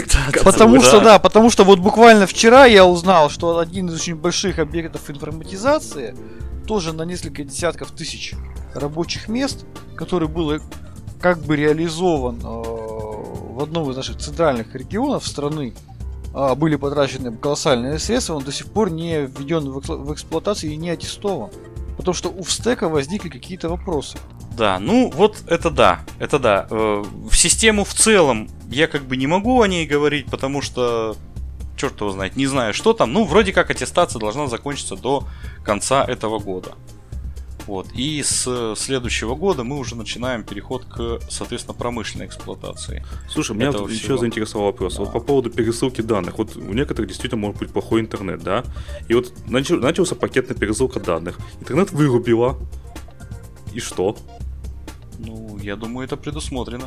Потому что вот буквально вчера я узнал, что один из очень больших объектов информатизации тоже на несколько десятков тысяч рабочих мест, который был как бы реализован в одном из наших центральных регионов страны, были потрачены колоссальные средства, он до сих пор не введен в эксплуатацию и не аттестован. Потому что у ВСТЭКа возникли какие-то вопросы. Да, ну вот это да. В систему в целом я как бы не могу о ней говорить, потому что черт его знает, не знаю, что там. Ну, вроде как аттестация должна закончиться до конца этого года. Вот. И с следующего года мы уже начинаем переход к, соответственно, промышленной эксплуатации. Слушай, меня вот еще заинтересовал вопрос. Да. Вот по поводу пересылки данных. Вот у некоторых действительно может быть плохой интернет, да? И вот начался пакетная пересылка данных. Интернет вырубила. И что? Ну, я думаю, это предусмотрено.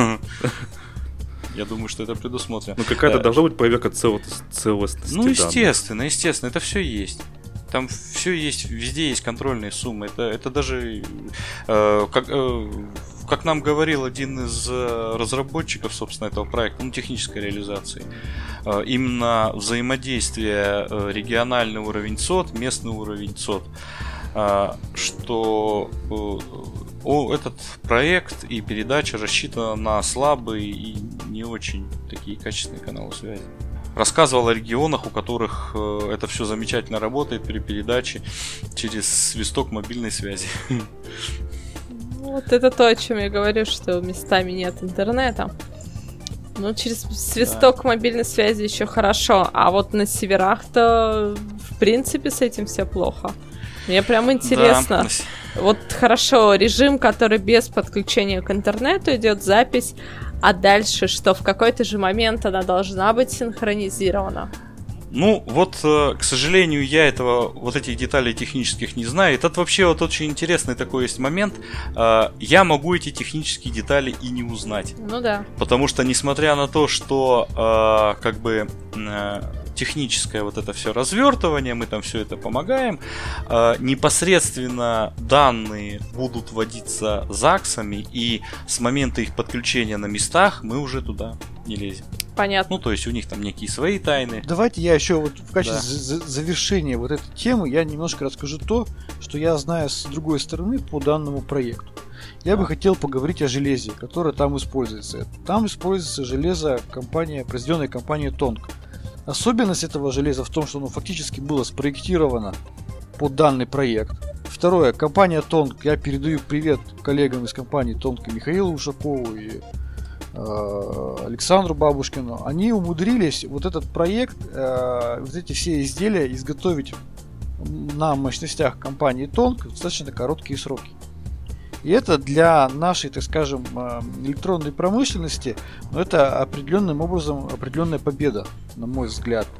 Я думаю, что это предусмотрено. Ну, какая-то должна быть проверка целостности. Ну, естественно, это все есть. Там все есть, везде есть контрольные суммы. Это даже, как нам говорил один из разработчиков, собственно, этого проекта, ну, технической реализации, именно взаимодействие региональный уровень СОТ, местный уровень СОТ, что этот проект и передача рассчитана на слабые и не очень такие качественные каналы связи. Рассказывал о регионах, у которых это все замечательно работает при передаче через свисток мобильной связи. Вот это то, о чем я говорю, что местами нет интернета. Ну, через свисток мобильной связи еще хорошо, а вот на северах-то в принципе с этим все плохо. Мне прям интересно. Да. Вот хорошо, режим, который без подключения к интернету идет запись, а дальше что? В какой-то же момент она должна быть синхронизирована. Ну, вот, к сожалению, я вот этих деталей технических не знаю. Это вообще вот очень интересный такой есть момент. Я могу эти технические детали и не узнать. Ну да. Потому что, несмотря на то, что как бы техническое вот это все развертывание, мы там все это помогаем, непосредственно данные будут вводиться ЗАГСами, и с момента их подключения на местах мы уже туда не лезем. Понятно. Ну, то есть у них там некие свои тайны. Давайте я еще вот в качестве завершения вот этой темы я немножко расскажу то, что я знаю с другой стороны по данному проекту. Я бы хотел поговорить о железе, которое там используется. Там используется железо произведенной компанией Tong. Особенность этого железа в том, что оно фактически было спроектировано под данный проект. Второе, компания Tong, я передаю привет коллегам из компании Tong, Михаилу Ушакову и Александру Бабушкину. Они умудрились вот этот проект, вот эти все изделия изготовить на мощностях компании Tong в достаточно короткие сроки. И это для нашей, так скажем, электронной промышленности, это определенным образом определенная победа, на мой взгляд.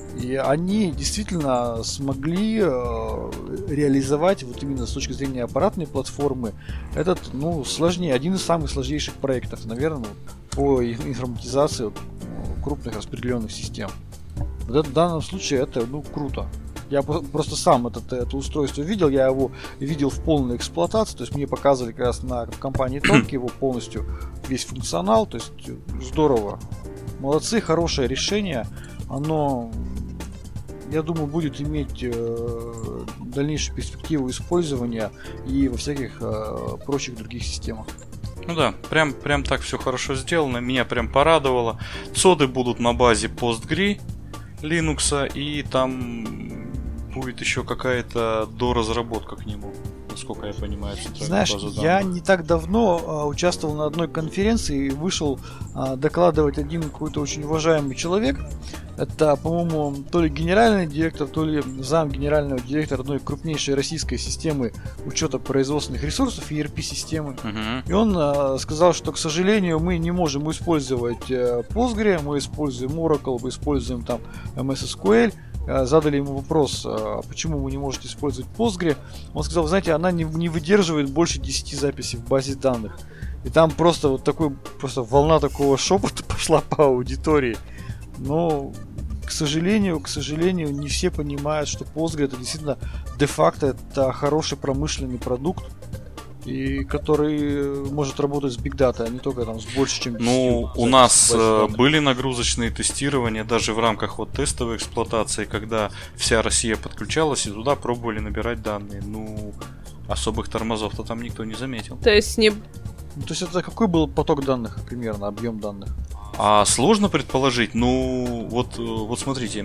И они действительно смогли реализовать, вот именно с точки зрения аппаратной платформы, этот, сложнее, один из самых сложнейших проектов, наверное, по информатизации крупных распределенных систем. В данном случае это, круто. Я просто сам это устройство видел, я его видел в полной эксплуатации, то есть мне показывали как раз в компании Тонки его полностью, весь функционал, то есть здорово. Молодцы, хорошее решение, оно, я думаю, будет иметь дальнейшую перспективу использования и во всяких прочих других системах. Ну да, прям так все хорошо сделано, меня прям порадовало. Цоды будут на базе PostgRE Linux, и там будет еще какая-то доразработка к нему, насколько я понимаю. Знаешь, я не так давно участвовал на одной конференции и вышел докладывать один какой-то очень уважаемый человек. Это, по-моему, то ли генеральный директор, то ли зам генерального директора одной крупнейшей российской системы учета производственных ресурсов, ERP-системы. И он сказал, что, к сожалению, мы не можем использовать Postgre, мы используем Oracle, мы используем там MS SQL. Задали ему вопрос, почему вы не можете использовать Postgre. Он сказал, знаете, она не выдерживает больше 10 записей в базе данных. И там просто просто волна такого шепота пошла по аудитории. Но, к сожалению, не все понимают, что Postgre это действительно де-факто это хороший промышленный продукт, и который может работать с Big Data, а не только там с больше, чем 10. У нас были нагрузочные тестирования даже в рамках тестовой эксплуатации, когда вся Россия подключалась и туда пробовали набирать данные. Особых тормозов-то там никто не заметил. То есть то есть это какой был поток данных примерно, объем данных? А сложно предположить, вот смотрите,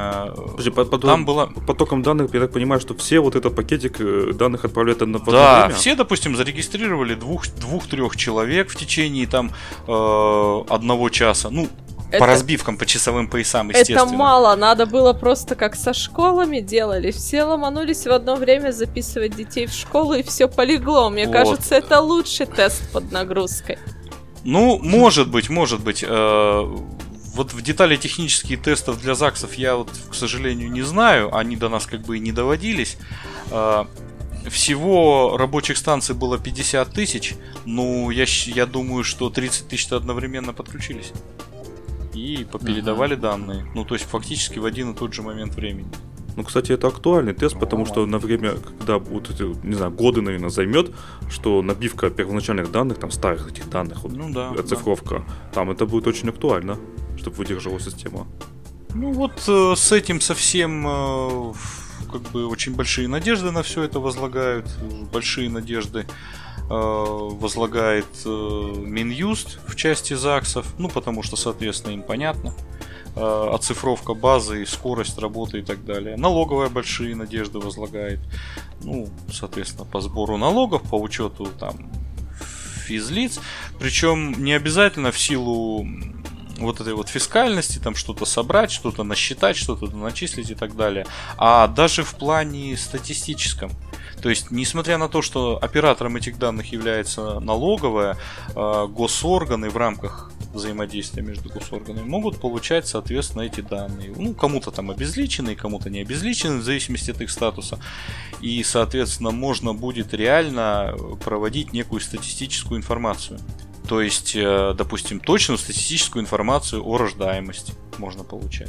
там было потоком данных, я так понимаю, что все этот пакетик данных отправляют в одно время? Да, все, допустим, зарегистрировали 2-3 человек в течение 1 часа, по разбивкам, по часовым поясам, естественно. Это мало, надо было просто как со школами делали, все ломанулись в одно время записывать детей в школу, и все полегло. Мне кажется, это лучший тест под нагрузкой. Может быть. В детали технические тестов для ЗАГСов я, к сожалению, не знаю. Они до нас и не доводились. Всего рабочих станций было 50 тысяч. Я думаю, что 30 тысяч одновременно подключились. И попередавали данные. То есть фактически в один и тот же момент времени. Кстати, это актуальный тест, потому что на время, когда годы, наверное, займет, что набивка первоначальных данных, старых этих данных, оцифровка, там это будет очень актуально, чтобы выдержала система. С этим совсем очень большие надежды на все это возлагают, большие надежды возлагает Минюст в части ЗАГСов, потому что, соответственно, им понятно. Оцифровка базы, скорость работы и так далее. Налоговая большие надежды возлагает. Соответственно, по сбору налогов, по учету физлиц. Причем не обязательно в силу этой фискальности, что-то собрать, что-то насчитать, что-то начислить и так далее. А даже в плане статистическом. То есть, несмотря на то, что оператором этих данных является налоговая, госорганы в рамках взаимодействия между госорганами могут получать, соответственно, эти данные. Кому-то обезличенные, кому-то не обезличенные, в зависимости от их статуса. И, соответственно, можно будет реально проводить некую статистическую информацию. То есть, допустим, точную статистическую информацию о рождаемости можно получать.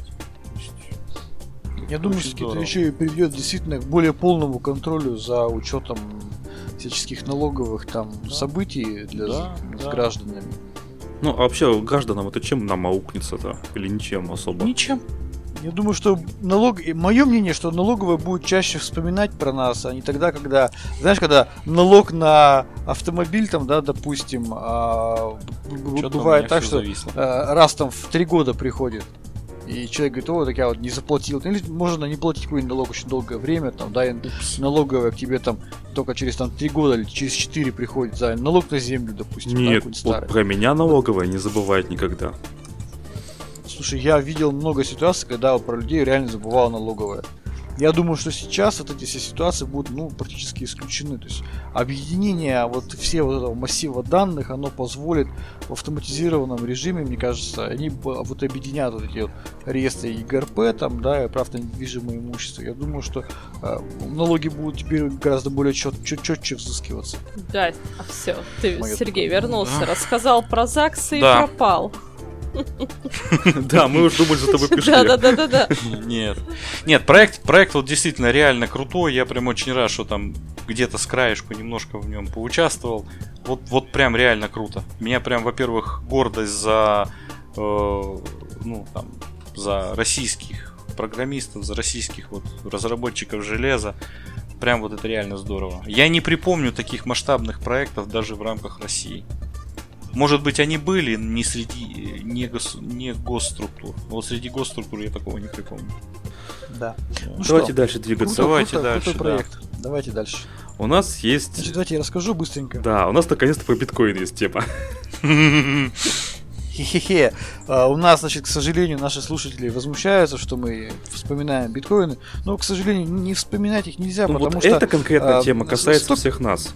Я думаю, что это еще и приведет действительно к более полному контролю за учетом всяческих налоговых событий для с гражданами. А вообще гражданам это чем нам аукнется-то? Или ничем особо? Ничем. Я думаю, что мое мнение, что налоговая будет чаще вспоминать про нас, а не тогда, когда, знаешь, когда налог на автомобиль, допустим, бывает так, что раз в 3 года приходит. И человек говорит, так я не заплатил. Или можно не платить какой-нибудь налог очень долгое время, и налоговая к тебе только через 3 года или через 4 приходит за налог на землю, допустим. Нет, про меня налоговая не забывает никогда. Слушай, я видел много ситуаций, когда про людей реально забывала налоговая. Я думаю, что сейчас вот эти все ситуации будут практически исключены. То есть объединение вот всего вот этого массива данных, оно позволит в автоматизированном режиме, мне кажется, они вот объединят вот эти вот реестры ИГРП, там, да, и прав на недвижимое имущество. Я думаю, что налоги будут теперь гораздо более четче взыскиваться. Да, все, ты, Сергей, вернулся, рассказал про ЗАГСы и пропал. Да, мы уже думали, за тобой пришли. Да. Нет, проект вот действительно реально крутой. Я прям очень рад, что там где-то с краешку немножко в нем поучаствовал. Вот прям реально круто. Меня прям, во-первых, гордость за за российских программистов, за российских вот разработчиков железа. Прям вот это реально здорово. Я не припомню таких масштабных проектов даже в рамках России. Может быть, они были не среди не госструктур. Но вот среди госструктур я такого не припомню. Да. Давайте дальше двигаться. Давайте дальше. Проект. Давайте дальше. У нас есть... Значит, давайте я расскажу быстренько. Да, у нас наконец-то про биткоин есть тема. Хе-хе-хе. У нас, значит, к сожалению, наши слушатели возмущаются, что мы вспоминаем биткоины. Но, к сожалению, не вспоминать их нельзя, потому что... Эта конкретная тема касается всех нас.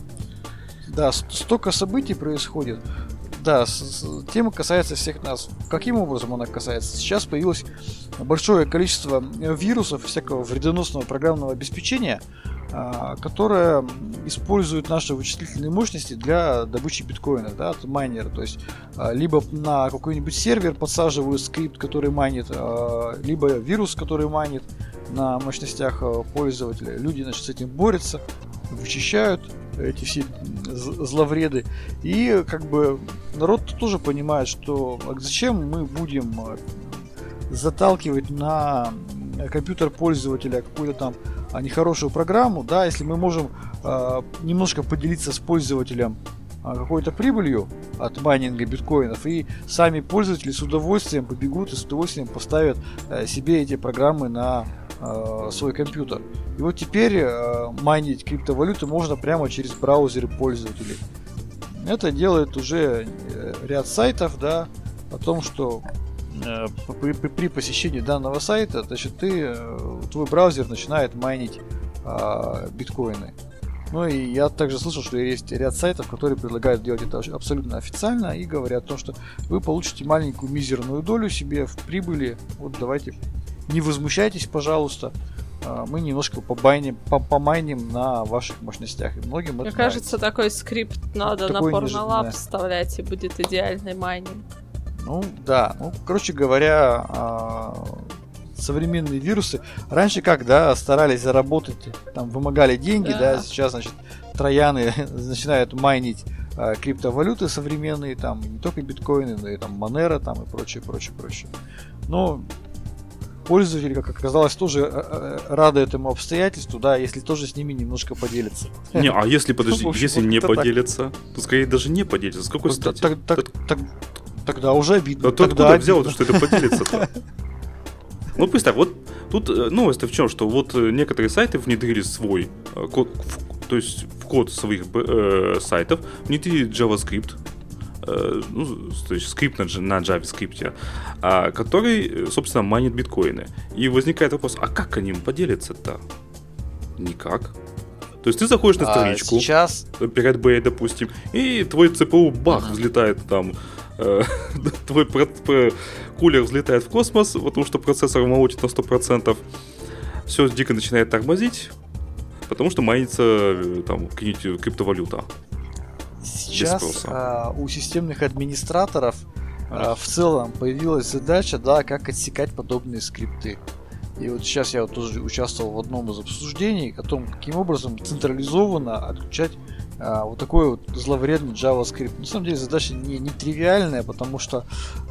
Да, столько событий происходит. Да, тема касается всех нас. Каким образом она касается? Сейчас появилось большое количество вирусов, всякого вредоносного программного обеспечения, которое использует наши вычислительные мощности для добычи биткоина, да, от майнера. То есть, либо на какой-нибудь сервер подсаживают скрипт, который майнит, либо вирус, который майнит на мощностях пользователя. Люди, значит, с этим борются, вычищают эти все зловреды. И как бы народ тоже понимает, что зачем мы будем заталкивать на компьютер пользователя какую-то там нехорошую программу, да, если мы можем немножко поделиться с пользователем какой-то прибылью от майнинга биткоинов, и сами пользователи с удовольствием побегут и с удовольствием поставят себе эти программы на свой компьютер. И вот теперь майнить криптовалюты можно прямо через браузеры пользователей. Это делает уже ряд сайтов, да, о том, что при посещении данного сайта, значит, твой браузер начинает майнить биткоины. Ну и я также слышал, что есть ряд сайтов, которые предлагают делать это абсолютно официально и говорят о том, что вы получите маленькую мизерную долю себе в прибыли. Вот давайте, не возмущайтесь, пожалуйста. Мы немножко помайним на ваших мощностях. И многим Мне это кажется, нравится. такой скрипт надо на Pornolab вставлять, и будет идеальный майнинг. Ну да, короче говоря, современные вирусы раньше старались заработать, там вымогали деньги, да, сейчас, значит, трояны начинают майнить криптовалюты современные, там не только биткоины, но и там Monero, там и прочее. Но пользователи, как оказалось, тоже рады этому обстоятельству, да, если тоже с ними немножко поделиться. Не, а если, подожди, если не поделиться, то скорее даже не поделиться. С какой стати? Тогда уже обидно. А ты откуда взял, что это поделиться-то? Ну, представь, вот тут новость-то в чем, что вот некоторые сайты внедрили свой код, то есть в код своих сайтов внедрили JavaScript, то есть скрипт на JavaScript, который, собственно, майнит биткоины. И возникает вопрос, а как они им поделятся-то? Никак. То есть ты заходишь на страничку, сейчас... Pirate Bay, допустим, и твой CPU бах, взлетает там, твой кулер взлетает в космос, потому что процессор молотит на 100%. Все дико начинает тормозить, потому что майнится там какая-нибудь криптовалюта. Сейчас у системных администраторов в целом появилась задача, да, как отсекать подобные скрипты. И вот сейчас я тоже участвовал в одном из обсуждений о том, каким образом централизованно отключать вот такой вот зловредный JavaScript. На самом деле задача не тривиальная, потому что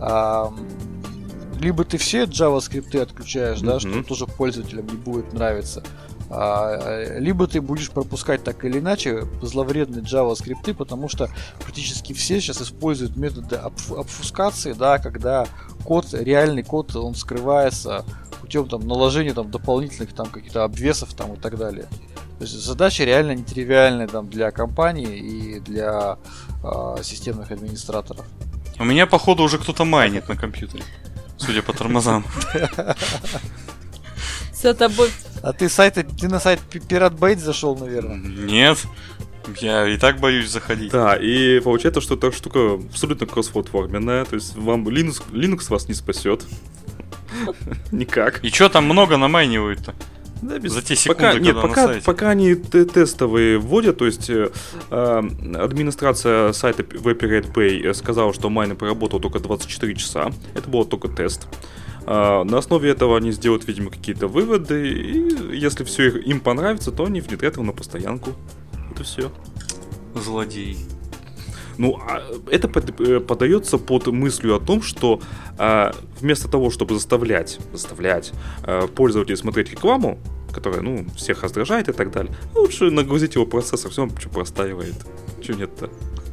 либо ты все JavaScript отключаешь, да, что тоже пользователям не будет нравиться, либо ты будешь пропускать так или иначе зловредные JavaScript, потому что практически все сейчас используют методы обфускации, да, когда реальный код, он скрывается путем там наложения там дополнительных там каких-то обвесов там и так далее. То есть задача реально нетривиальная там для компании и для системных администраторов. У меня, походу, уже кто-то майнит на компьютере, судя по тормозам. За тобой А ты на сайт PiratBait зашел, наверное? Нет. Я и так боюсь заходить. Да, и получается, что эта штука абсолютно кроссплатформенная, то есть вам Linux вас не спасет. Никак. И что там много намайнивают-то? Да, за те секунды, когда на сайте. Пока они тестовые вводят, то есть администрация сайта PiratBait сказала, что майнинг проработал только 24 часа. Это был только тест. На основе этого они сделают, видимо, какие-то выводы, и если все им понравится, то они внедрят его на постоянку. Это все. Злодей. Ну, это подается под мыслью о том, что вместо того, чтобы заставлять пользователей смотреть рекламу, которая, ну, всех раздражает и так далее, лучше нагрузить его процессор, все что простаивает. Чего нет-то?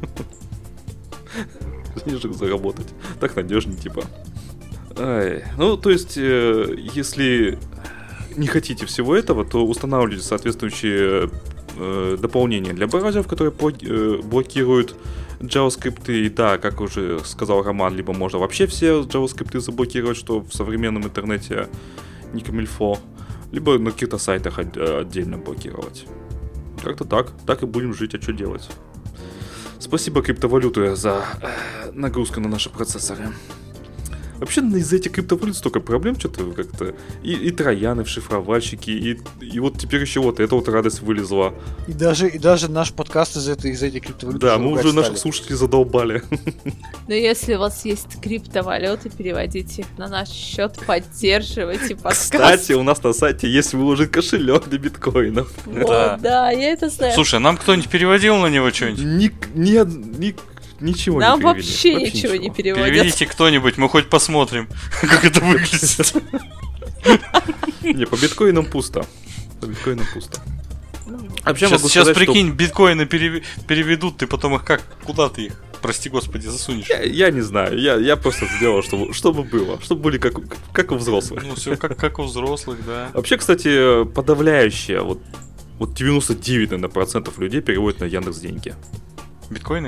Денежек заработать. Так надежнее, типа. Ну, то есть, если не хотите всего этого, то устанавливайте соответствующие дополнения для браузеров, которые блокируют JavaScript. И да, как уже сказал Роман, либо можно вообще все JavaScript заблокировать, что в современном интернете не камильфо, либо на каких-то сайтах отдельно блокировать. Как-то так и будем жить, а что делать? Спасибо криптовалюте за нагрузку на наши процессоры. Вообще из-за этих криптовалют столько проблем, что-то как-то. И трояны в шифровальщики, и вот теперь еще вот эта вот радость вылезла. И даже наш подкаст из этих криптовалют. Да, мы уже наших слушателей задолбали. Но если у вас есть криптовалюты, переводите их на наш счет, поддерживайте подкаст. Кстати, у нас на сайте есть выложен кошелек для биткоинов. Вот, да, я это знаю. Слушай, нам кто-нибудь переводил на него что-нибудь? Ничего нам не перевели. вообще ничего не переводят. Переведите кто-нибудь, мы хоть посмотрим, как это выглядит. Не, по биткоинам пусто. Сейчас прикинь, биткоины переведут, ты потом их куда ты их, прости господи, засунешь? Я не знаю, я просто сделал, чтобы было, чтобы были как у взрослых. Ну все как у взрослых, да. Вообще, кстати, подавляющее, вот 99% людей переводят на Яндекс.Деньги. Биткоины?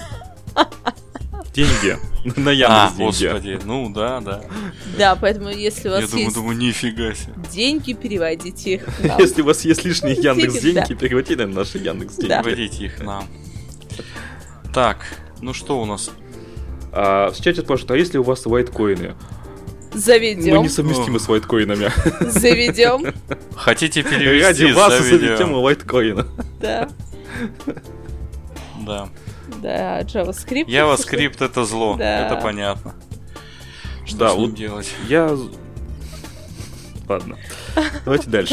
Деньги на Яндекс.Деньги. Господи, ну да. Да, поэтому если у вас Я есть думаю, нифига себе. деньги, переводите их нам. Если у вас есть лишние Яндекс.Деньги, переводите на наши Яндекс.Деньги. Переводите их нам. Так, ну что у нас? В чате спрашивают, а если у вас лайткоины? Заведем. Мы несовместимы с лайткоинами. Заведем. Хотите перевести? Ради вас заведем лайткоины. Да. Да. Да, JavaScript. JavaScript это зло, да. Это понятно. Что да, с ним вот делать? Ладно, давайте дальше.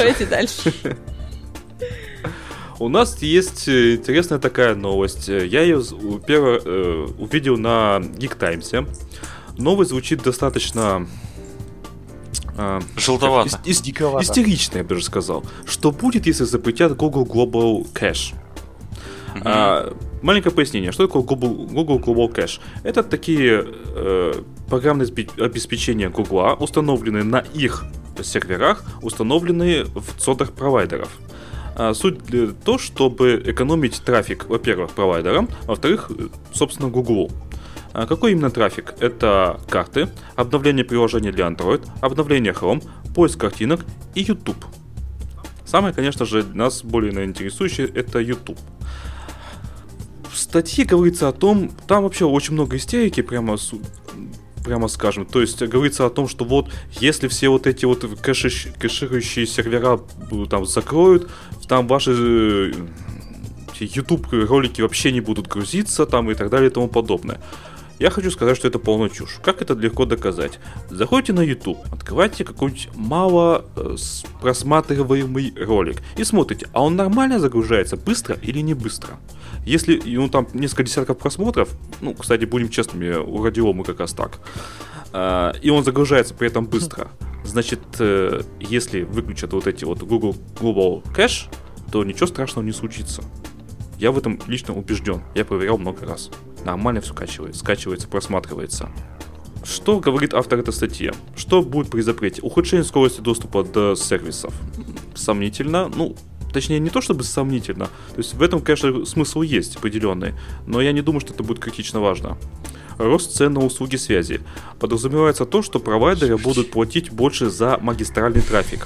У нас есть интересная такая новость. Я ее увидел на Geek Times. Новость звучит достаточно... желтовато. Истерично, я бы даже сказал. Что будет, если запретят Google Global Cache? Маленькое пояснение, что такое Google Global Cache? Это такие программные обеспечения Google, установленные на их серверах, установленные в цодах провайдеров. Суть для того, чтобы экономить трафик, во-первых, провайдерам, во-вторых, собственно, Google. Какой именно трафик? Это карты, обновление приложений для Android, обновление Chrome, поиск картинок и YouTube. Самое, конечно же, нас более интересующее — это YouTube. В статье говорится о том, там вообще очень много истерики, прямо скажем. То есть говорится о том, что вот если все вот эти вот кэширующие сервера там закроют, там ваши YouTube ролики вообще не будут грузиться там и так далее и тому подобное. Я хочу сказать, что это полная чушь. Как это легко доказать? Заходите на YouTube, открывайте какой-нибудь мало просматриваемый ролик и смотрите, а он нормально загружается, быстро или не быстро. Если там несколько десятков просмотров, кстати, будем честными, у радио мы как раз так, и он загружается при этом быстро, значит, если выключат вот эти вот Google Global Cache, то ничего страшного не случится. Я в этом лично убежден, я проверял много раз. Нормально все скачивается, просматривается. Что говорит автор этой статьи? Что будет при запрете? Ухудшение скорости доступа до сервисов. Сомнительно. Точнее, не то чтобы сомнительно. То есть в этом, конечно, смысл есть определенный. Но я не думаю, что это будет критично важно. Рост цен на услуги связи. Подразумевается то, что провайдеры будут платить больше за магистральный трафик.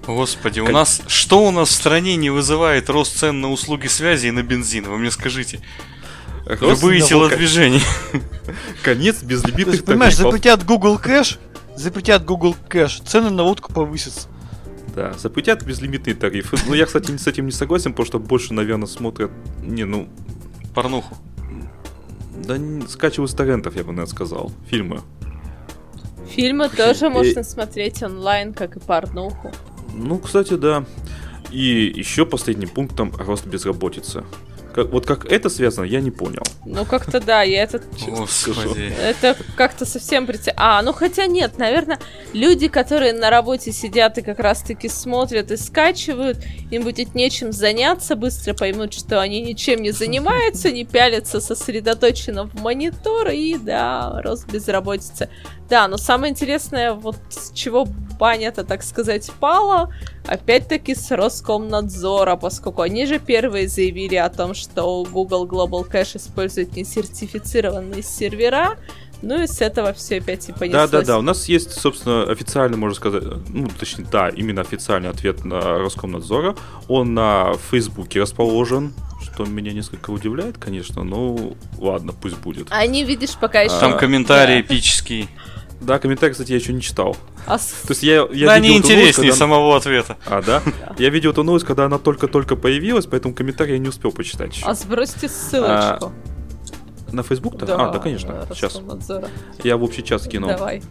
Господи, у нас в стране не вызывает рост цен на услуги связи и на бензин? Вы мне скажите. Любые телодвижения. Конец безлимитных понимаешь, запретят Google Cash, цены на водку повысятся. Да, запретят безлимитные тарифы. Но я, кстати, с этим не согласен, потому что больше, наверное, смотрят... порнуху. Да, скачивают с торрентов, я бы, наверное, сказал. Фильмы. Фильмы тоже можно смотреть онлайн, как и порнуху. Ну, кстати, да. И еще последним пунктом рост безработицы. Как это связано, я не понял. Ну, как-то да, я это... Господи. Это как-то совсем... хотя нет, наверное, люди, которые на работе сидят и как раз-таки смотрят и скачивают, им будет нечем заняться, быстро поймут, что они ничем не занимаются, не пялятся сосредоточенно в монитор, и да, рост безработицы. Да, но самое интересное, вот с чего баня-то, так сказать, пала, опять-таки с Роскомнадзора, поскольку они же первые заявили о том, что Google Global Cache использует несертифицированные сервера, ну и с этого все опять и понеслось. Да, у нас есть, собственно, официальный, можно сказать, точнее, да, именно официальный ответ на Роскомнадзора. Он на Фейсбуке расположен, что меня несколько удивляет, конечно, но ладно, пусть будет. Они, видишь, пока еще... Там комментарий эпический. Да, комментарий, кстати, я еще не читал. То есть я да, они интереснее самого ответа. Да? Я видел эту новость, когда она только-только появилась, поэтому комментарий я не успел почитать еще. Сбросьте ссылочку. На Facebook-то? Да, конечно. Сейчас. Роскомнадзора. Я в общий чат скинул. Давай.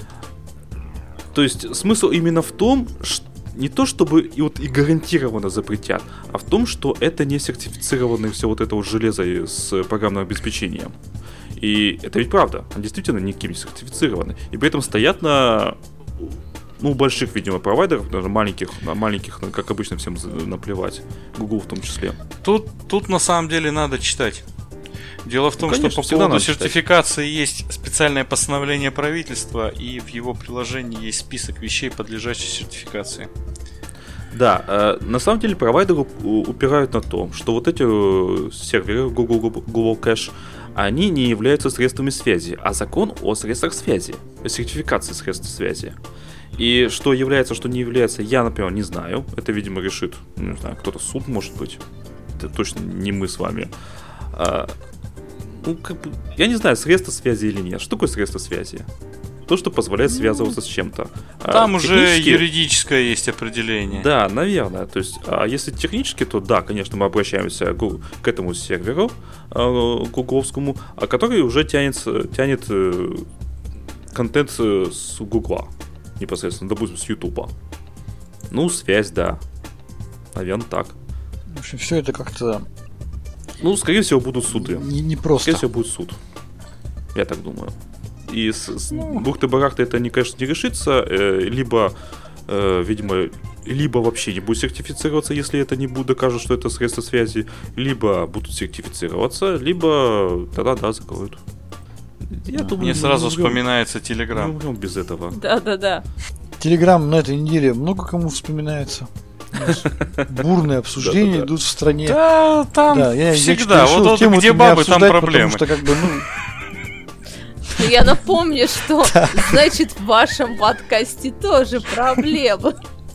То есть смысл именно в том, что не то чтобы и гарантированно запретят, а в том, что это не сертифицированное все вот это вот железо с программным обеспечением. И это ведь правда, они действительно никем не сертифицированы. И при этом стоят на больших, видимо, провайдеров, даже маленьких, как обычно, всем наплевать. Google в том числе. Тут на самом деле надо читать. Дело в том, конечно, что по поводу сертификации есть специальное постановление правительства, и в его приложении есть список вещей, подлежащих сертификации. Да, на самом деле провайдеры упирают на то, что вот эти серверы Google Global Cache, они не являются средствами связи, а закон о средствах связи, о сертификации средств связи. И что является, что не является, я, например, не знаю. Это, видимо, решит, не знаю, кто-то, суд, может быть. Это точно не мы с вами. Я не знаю, средства связи или нет. Что такое средство связи? То, что позволяет связываться с чем-то. Там уже юридическое есть определение. Да, наверное. То есть, а если технически, то да, конечно, мы обращаемся к этому серверу гугловскому, который уже тянет контент с Гугла непосредственно, допустим, с Ютуба. Ну, связь, да. Наверное, так. В общем, все это как-то... скорее всего, будут суды. Не просто. Скорее всего, будет суд. Я так думаю. И с бухты-барахты это, конечно, не решится. Либо, видимо, вообще не будет сертифицироваться, если это не будет докажут, что это средство связи. Либо будут сертифицироваться, либо тогда закроют. Я думаю, мне сразу вспоминается Telegram. Мы умрем без этого. Да. Telegram на этой неделе много кому вспоминается. Бурные обсуждения идут в стране. Да, там всегда. Вот где бабы, там проблемы. Потому что, я напомню, что, значит, в вашем подкасте тоже проблемы.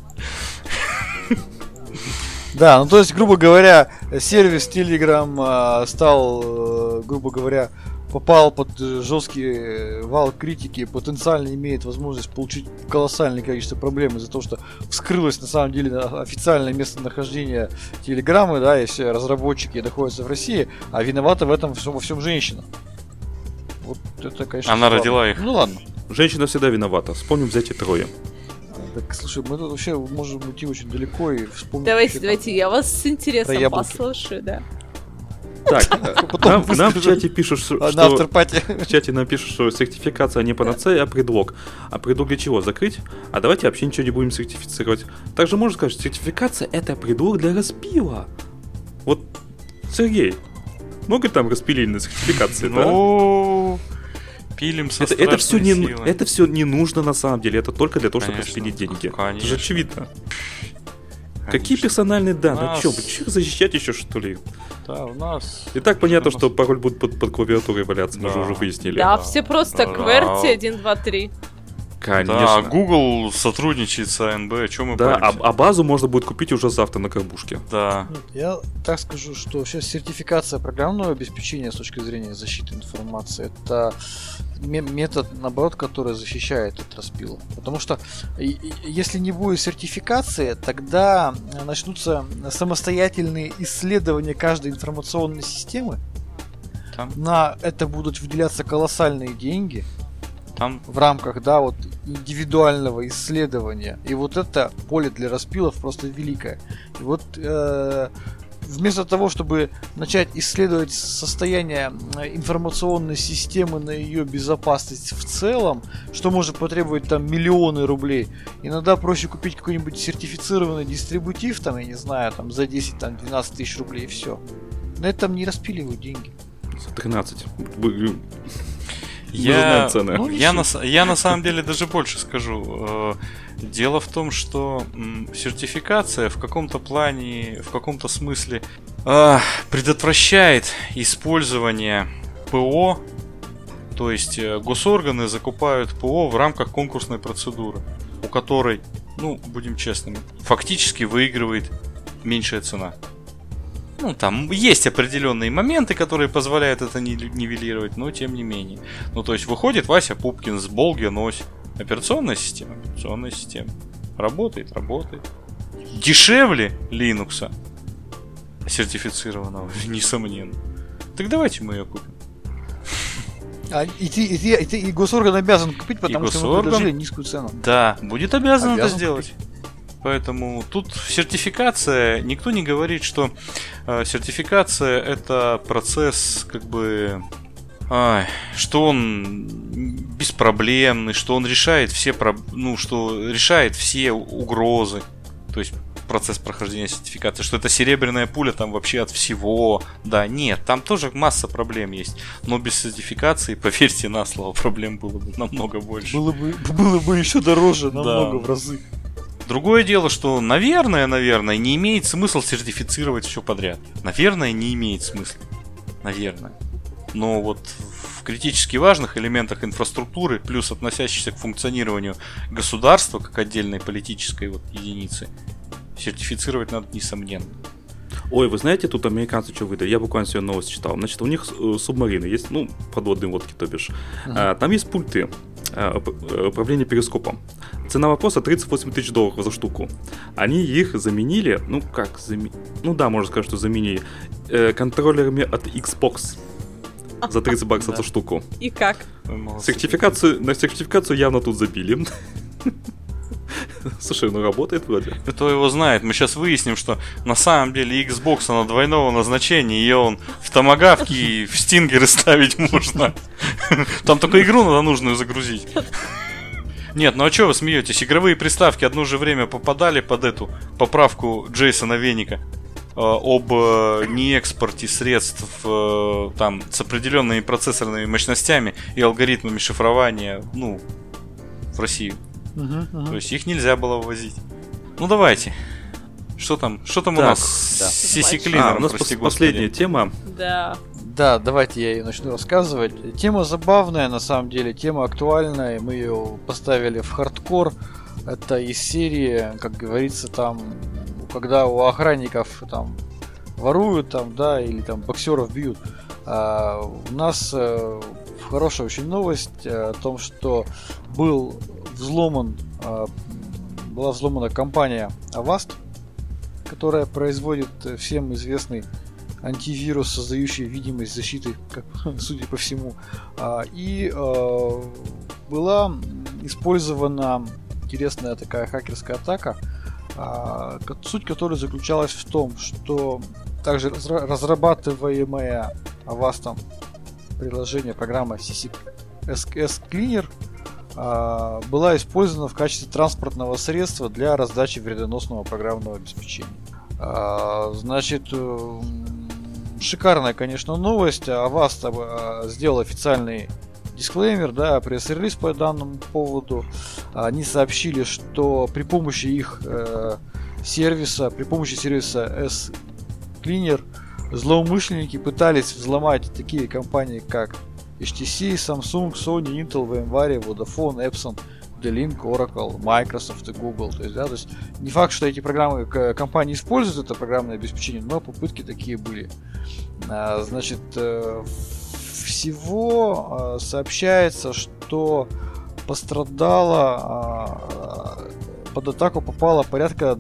Да, то есть, грубо говоря, сервис Telegram стал, грубо говоря, попал под жесткий вал критики, потенциально имеет возможность получить колоссальное количество проблем из-за того, что вскрылось на самом деле официальное местонахождение Телеграммы, да, если разработчики находятся в России, а виновата в этом во всем женщина. Вот это, конечно, она родила их. Ну ладно. Женщина всегда виновата. Вспомним взять и трое. Так, слушай, мы тут вообще можем уйти очень далеко и вспомнить. Давайте, я вас с интересом послушаю, да. Так, нам в чате пишут, что... На авторпате. В чате нам пишут, что сертификация не панацея, а предлог. А предлог для чего? Закрыть? А давайте вообще ничего не будем сертифицировать. Также можно сказать, что сертификация — это предлог для распила. Вот, Сергей, много там распилили на сертификации, да? Пилим со страшной силой. Это все не нужно на самом деле. Это только для того, чтобы распилить деньги. Конечно. Это же очевидно. Какие персональные данные? Что, их защищать еще, что ли? Да, у нас... И так понятно, что пароль будет под клавиатурой валяться, мы же уже выяснили. Да, все просто QWERTY 1, 2, 3. Конечно. Да, Google сотрудничает с АНБ, о чем мы Да, боремся? а базу можно будет купить уже завтра на горбушке. Да. Я так скажу, что сейчас сертификация программного обеспечения с точки зрения защиты информации это метод, наоборот, который защищает от распила. Потому что если не будет сертификации, тогда начнутся самостоятельные исследования каждой информационной системы. Там. На это будут выделяться колоссальные деньги. Там В рамках, да, вот индивидуального исследования. И вот это поле для распилов просто великое. И вот вместо того, чтобы начать исследовать состояние информационной системы на ее безопасность в целом, что может потребовать там миллионы рублей, иногда проще купить какой-нибудь сертифицированный дистрибутив, там, я не знаю, там за 10-12 тысяч рублей и все. На этом не распиливают деньги. 13. Я цены. Я на самом деле даже больше скажу. Дело в том, что сертификация в каком-то плане, в каком-то смысле предотвращает использование ПО. То есть госорганы закупают ПО в рамках конкурсной процедуры, у которой, ну, будем честными, фактически выигрывает меньшая цена. Ну, там есть определенные моменты, которые позволяют это нивелировать, но тем не менее. Ну, то есть выходит Вася Пупкин с Болген ось. Операционная система. Работает. Дешевле Linux сертифицированного, несомненно. Так давайте мы ее купим. И госорган обязан купить, потому что мы предложили низкую цену. Да, будет обязан это сделать. Поэтому тут сертификация, никто не говорит, что сертификация это процесс как бы, что он беспроблемный, что он решает все, что решает все угрозы. То есть процесс прохождения сертификации, что это серебряная пуля там вообще от всего. Да, нет, там тоже масса проблем есть. Но без сертификации, поверьте на слово, проблем было бы намного больше. Было бы еще дороже, намного в разы. Другое дело, что, наверное, не имеет смысла сертифицировать все подряд. Наверное, не имеет смысла. Наверное. Но вот в критически важных элементах инфраструктуры, плюс относящихся к функционированию государства, как отдельной политической вот единицы, сертифицировать надо несомненно. Ой, вы знаете, тут американцы что выдали? Я буквально сегодня новость читал. Значит, у них субмарины есть, ну, подводные лодки, то бишь. Там есть пульты управления перископом. Цена вопроса $38 тысяч за штуку. Они их заменили, ну да, можно сказать, что заменили контроллерами от Xbox за $30 за штуку. И как? На сертификацию явно тут забили. Слушай, ну работает вроде. Кто его знает, мы сейчас выясним, что на самом деле Xbox она двойного назначения, и он в томагавки и в стингеры ставить можно. Там только игру надо нужную загрузить. Нет, ну а что вы смеетесь? Игровые приставки одно же время попадали под эту поправку Джейсона Веника об неэкспорте средств там с определенными процессорными мощностями и алгоритмами шифрования, ну, в Россию. То есть их нельзя было ввозить. Ну давайте. Что там у нас с CC Cleaner? У нас последняя тема. Да, давайте я ее начну рассказывать. Тема забавная, на самом деле, тема актуальная. Мы ее поставили в хардкор. Это из серии, как говорится, там, когда у охранников там воруют, там, да, или там боксеров бьют. У нас хорошая очень новость о том, что была взломана компания Avast, которая производит всем известный антивирус, создающий видимость защиты, судя по всему. И была использована интересная такая хакерская атака, суть которой заключалась в том, что также разрабатываемое Avast приложение, программа CC Cleaner была использована в качестве транспортного средства для раздачи вредоносного программного обеспечения. Значит, шикарная, конечно, новость. Avast сделал официальный дисклеймер, да, пресс-релиз по данному поводу. Они сообщили, что при помощи их сервиса S-Cleaner злоумышленники пытались взломать такие компании, как HTC, Samsung, Sony, Intel, VMware, Vodafone, Epson, D-Link, Oracle, Microsoft и Google. То есть не факт, что эти программы компании используют это программное обеспечение, но попытки такие были. Значит, всего сообщается, что пострадало, под атаку попало порядка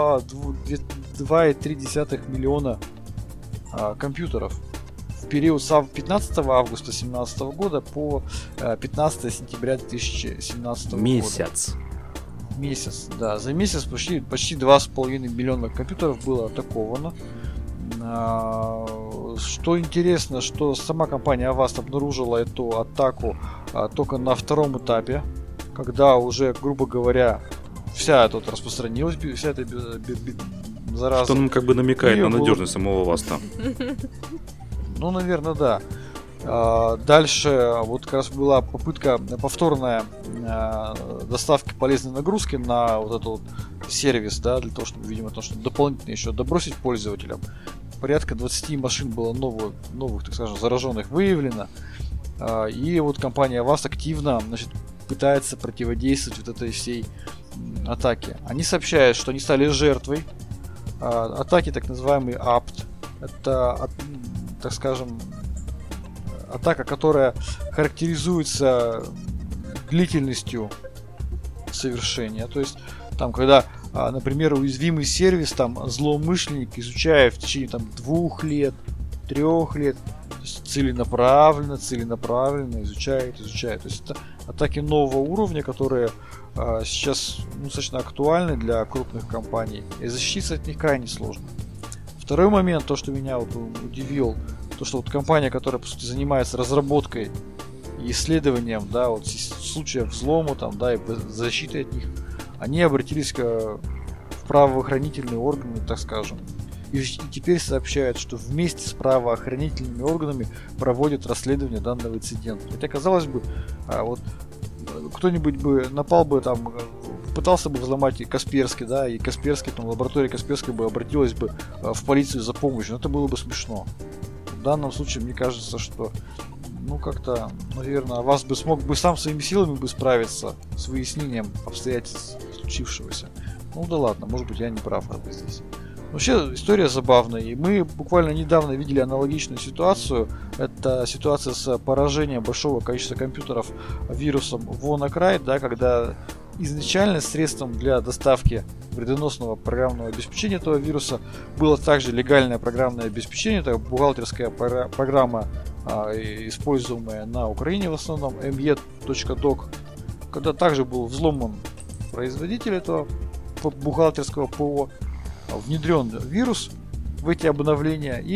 2,3 миллиона компьютеров в период с 15 августа 2017 года по 15 сентября 2017 года. Месяц. Месяц, да. За месяц почти 2,5 миллиона компьютеров было атаковано. Что интересно, что сама компания Avast обнаружила эту атаку только на втором этапе, когда уже, грубо говоря, вся эта распространилась, вся эта зараза. Что нам как бы намекает на надежность самого Avast. Ну, наверное, да. Дальше вот как раз была попытка повторная доставки полезной нагрузки на вот этот вот сервис, да, для того, чтобы, видимо, дополнительно еще добросить пользователям. Порядка 20 машин было новых, так скажем, зараженных выявлено. И вот компания Avast активно, значит, пытается противодействовать вот этой всей атаке. Они сообщают, что они стали жертвой атаки, так называемый APT. Это, так скажем, атака, которая характеризуется длительностью совершения. То есть, там, когда, например, уязвимый сервис, там, злоумышленник, изучая в течение 2 лет, 3 лет, то есть целенаправленно изучает. То есть это атаки нового уровня, которые сейчас достаточно актуальны для крупных компаний, и защититься от них крайне сложно. Второй момент, то, что меня вот удивил, то, что вот компания, которая, по сути, занимается разработкой и исследованием, да, вот случаев взлома, там, да, и защитой от них, они обратились в правоохранительные органы, так скажем. И теперь сообщают, что вместе с правоохранительными органами проводят расследование данного инцидента. Хотя, казалось бы, вот кто-нибудь бы напал бы там, пытался бы взломать и Касперский, да, и Касперский, там, лаборатория Касперской бы обратилась бы в полицию за помощью, но это было бы смешно. В данном случае, мне кажется, что, ну, как-то, наверное, Avast бы смог бы сам своими силами бы справиться с выяснением обстоятельств случившегося. Ну да ладно, может быть, я не прав здесь. Вообще, история забавная, и мы буквально недавно видели аналогичную ситуацию. Это ситуация с поражением большого количества компьютеров вирусом WannaCry, да, когда изначально средством для доставки вредоносного программного обеспечения этого вируса было также легальное программное обеспечение, это бухгалтерская программа, используемая на Украине в основном, me.doc, когда также был взломан производитель этого бухгалтерского ПО, внедрен вирус в эти обновления, и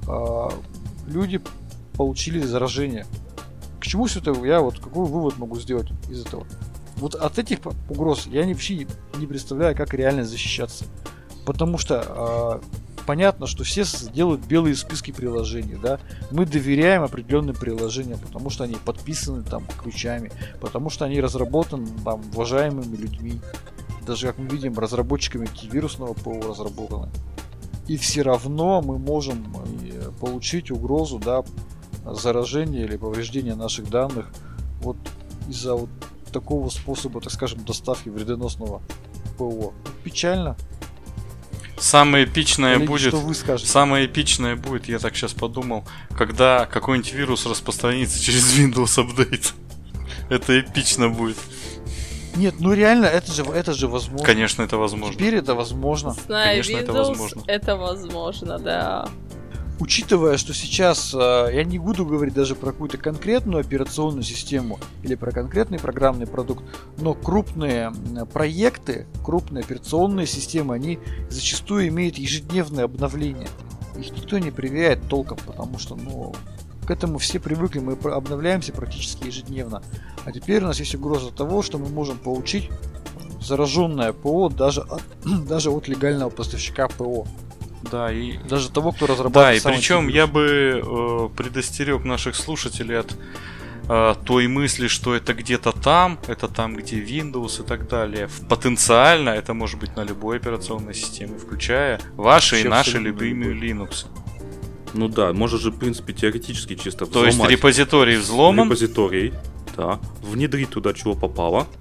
люди получили заражение. К чему все это? Я вот какой вывод могу сделать из этого? Вот от этих угроз я вообще не представляю, как реально защищаться. Потому что понятно, что все делают белые списки приложений, да. Мы доверяем определенным приложениям, потому что они подписаны там ключами, потому что они разработаны там уважаемыми людьми. Даже, как мы видим, разработчиками антивирусного ПО разработаны. И все равно мы можем получить угрозу, да, заражения или повреждения наших данных вот из-за вот такого способа, так скажем, доставки вредоносного ПО. Печально. Самое эпичное Коллеги, будет, что вы скажете? самое эпичное будет, я так сейчас подумал, когда какой-нибудь вирус распространится через Windows Update. Это эпично будет. Нет, ну реально, это же возможно. Конечно, это возможно. Теперь это возможно. Зная Конечно, Windows, это возможно. это возможно, да. Учитывая, что сейчас я не буду говорить даже про какую-то конкретную операционную систему или про конкретный программный продукт, но крупные проекты, крупные операционные системы, они зачастую имеют ежедневное обновление. Их никто не проверяет толком, потому что, ну, к этому все привыкли, мы обновляемся практически ежедневно. А теперь у нас есть угроза того, что мы можем получить зараженное ПО даже от легального поставщика ПО. Да, и даже того, кто разрабатывает. Да, и причем я бы предостерег наших слушателей от той мысли, что это где-то там, это там, где Windows и так далее. Потенциально это может быть на любой операционной системе, включая ваши вообще и наши любимые Linux. Ну да, может же, в принципе, теоретически чисто взломать. То есть репозиторий взломан. Репозиторий, да. Внедрить туда чего попало.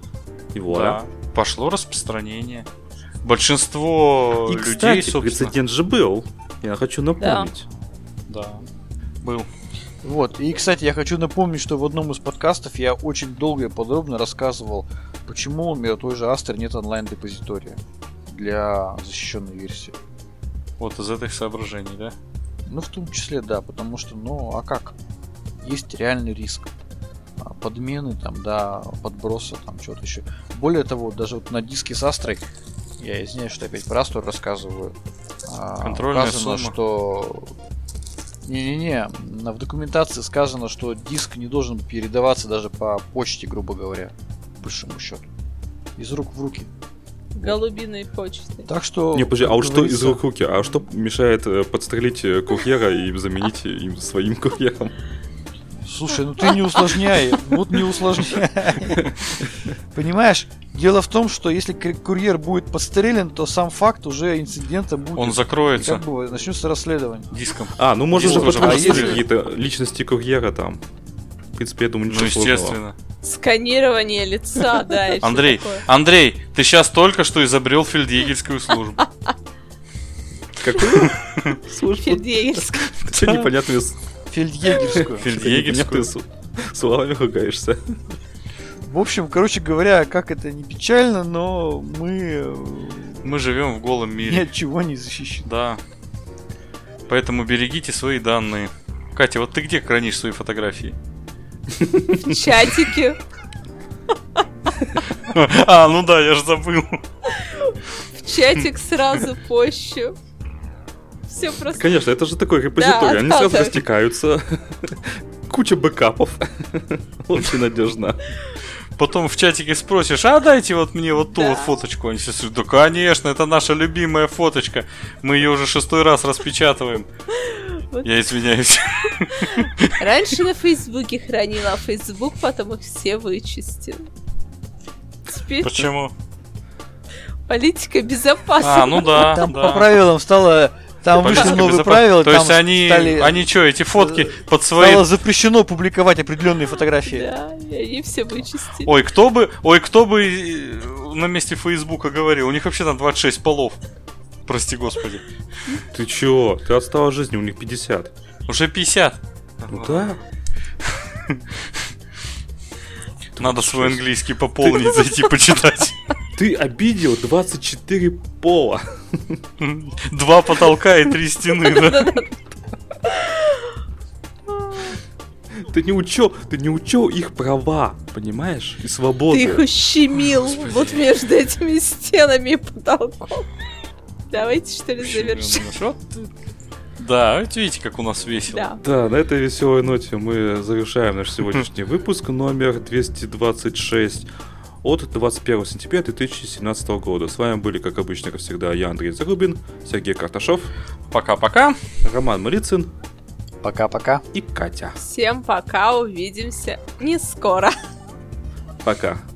И вуаля. Да. Пошло распространение. Большинство И, людей, кстати, собственно... прецедент же был. Я хочу напомнить. Да, был. Вот, и, кстати, я хочу напомнить, что в одном из подкастов я очень долго и подробно рассказывал, почему у меня той же Астер нет онлайн-депозитория для защищенной версии. Вот из этих соображений, да? Ну, в том числе, да, потому что, ну, а как? Есть реальный риск. Подмены, там, да, подброса, там, что-то еще. Более того, даже вот на диске с Астрой, я извиняюсь, что опять про Астру рассказываю, Контрольная указано, сумма. что... Не-не-не, в документации сказано, что диск не должен передаваться даже по почте, грубо говоря, по большому счету. Из рук в руки. Голубиной почты. Так что... Не, подожди, а как вот что из говорится, рук в руки? А что мешает подстрелить курьера и заменить им своим курьером? Слушай, ну ты не усложняй, вот не усложняй. Понимаешь, дело в том, что если курьер будет подстрелен, то сам факт уже инцидента будет... Он закроется Как бы начнется расследование. диском. А, ну можно же Диск уже подключить если- какие-то личности курьера там. В принципе, я думаю, Ну, ничего сложного. естественно. Сканирование лица, да, и всё Андрей, такое. Андрей, ты сейчас только что изобрел фельдъегерскую службу. Какую? Слушай, Фельдъегерская. ты непонятными Фельдъегерскую. Фельдъегерскую. словами ругаешься. В общем, короче говоря, как это не печально, но мы Мы живем в голом ни мире. от чего не защищены. Да. Поэтому берегите свои данные. Катя, вот ты где хранишь свои фотографии? В чатике. А, ну да, я же забыл. В чатик сразу пощу. Все просто... Конечно, это же такой репозиторий, Да, они да, сразу да. растекаются. Куча бэкапов. Очень надежно. Потом в чатике спросишь, а дайте вот мне вот ту Да. вот фоточку. Они все скажут, да конечно, это наша любимая фоточка. Мы ее уже 6-й раз распечатываем. Вот. Я извиняюсь. Раньше на Фейсбуке хранила, а Фейсбук потом их все вычистил. Теперь Почему? политика безопасности. А, ну да, Там по да. правилам стало... Там вышли Политика новые безопас- правила, То там есть они стали- что, эти фотки под свои... стало запрещено публиковать определенные фотографии. Да, и они все вычистили. Ой, кто бы на месте Фейсбука говорил, у них вообще там 26 полов. Прости господи. Ты чё? Ты отстал от жизни, у них 50. Уже 50. Ну да. Надо свой английский пополнить, зайти почитать. Ты обидел 24 пола. 2 потолка и 3 стены, да? Ты не учел их права, понимаешь? И Ты свободы. их ущемил вот между этими стенами и потолком. Давайте, что ли, завершим. Вот ты- Да, вот видите, как у нас весело. Да. Да, на этой веселой ноте мы завершаем наш сегодняшний выпуск номер 226 от 21 сентября 2017 года. С вами были, как обычно, как всегда, я, Андрей Зарубин, Сергей Карташов, Пока-пока. Роман Малицын Пока-пока. и Катя. Всем пока, увидимся не скоро. Пока.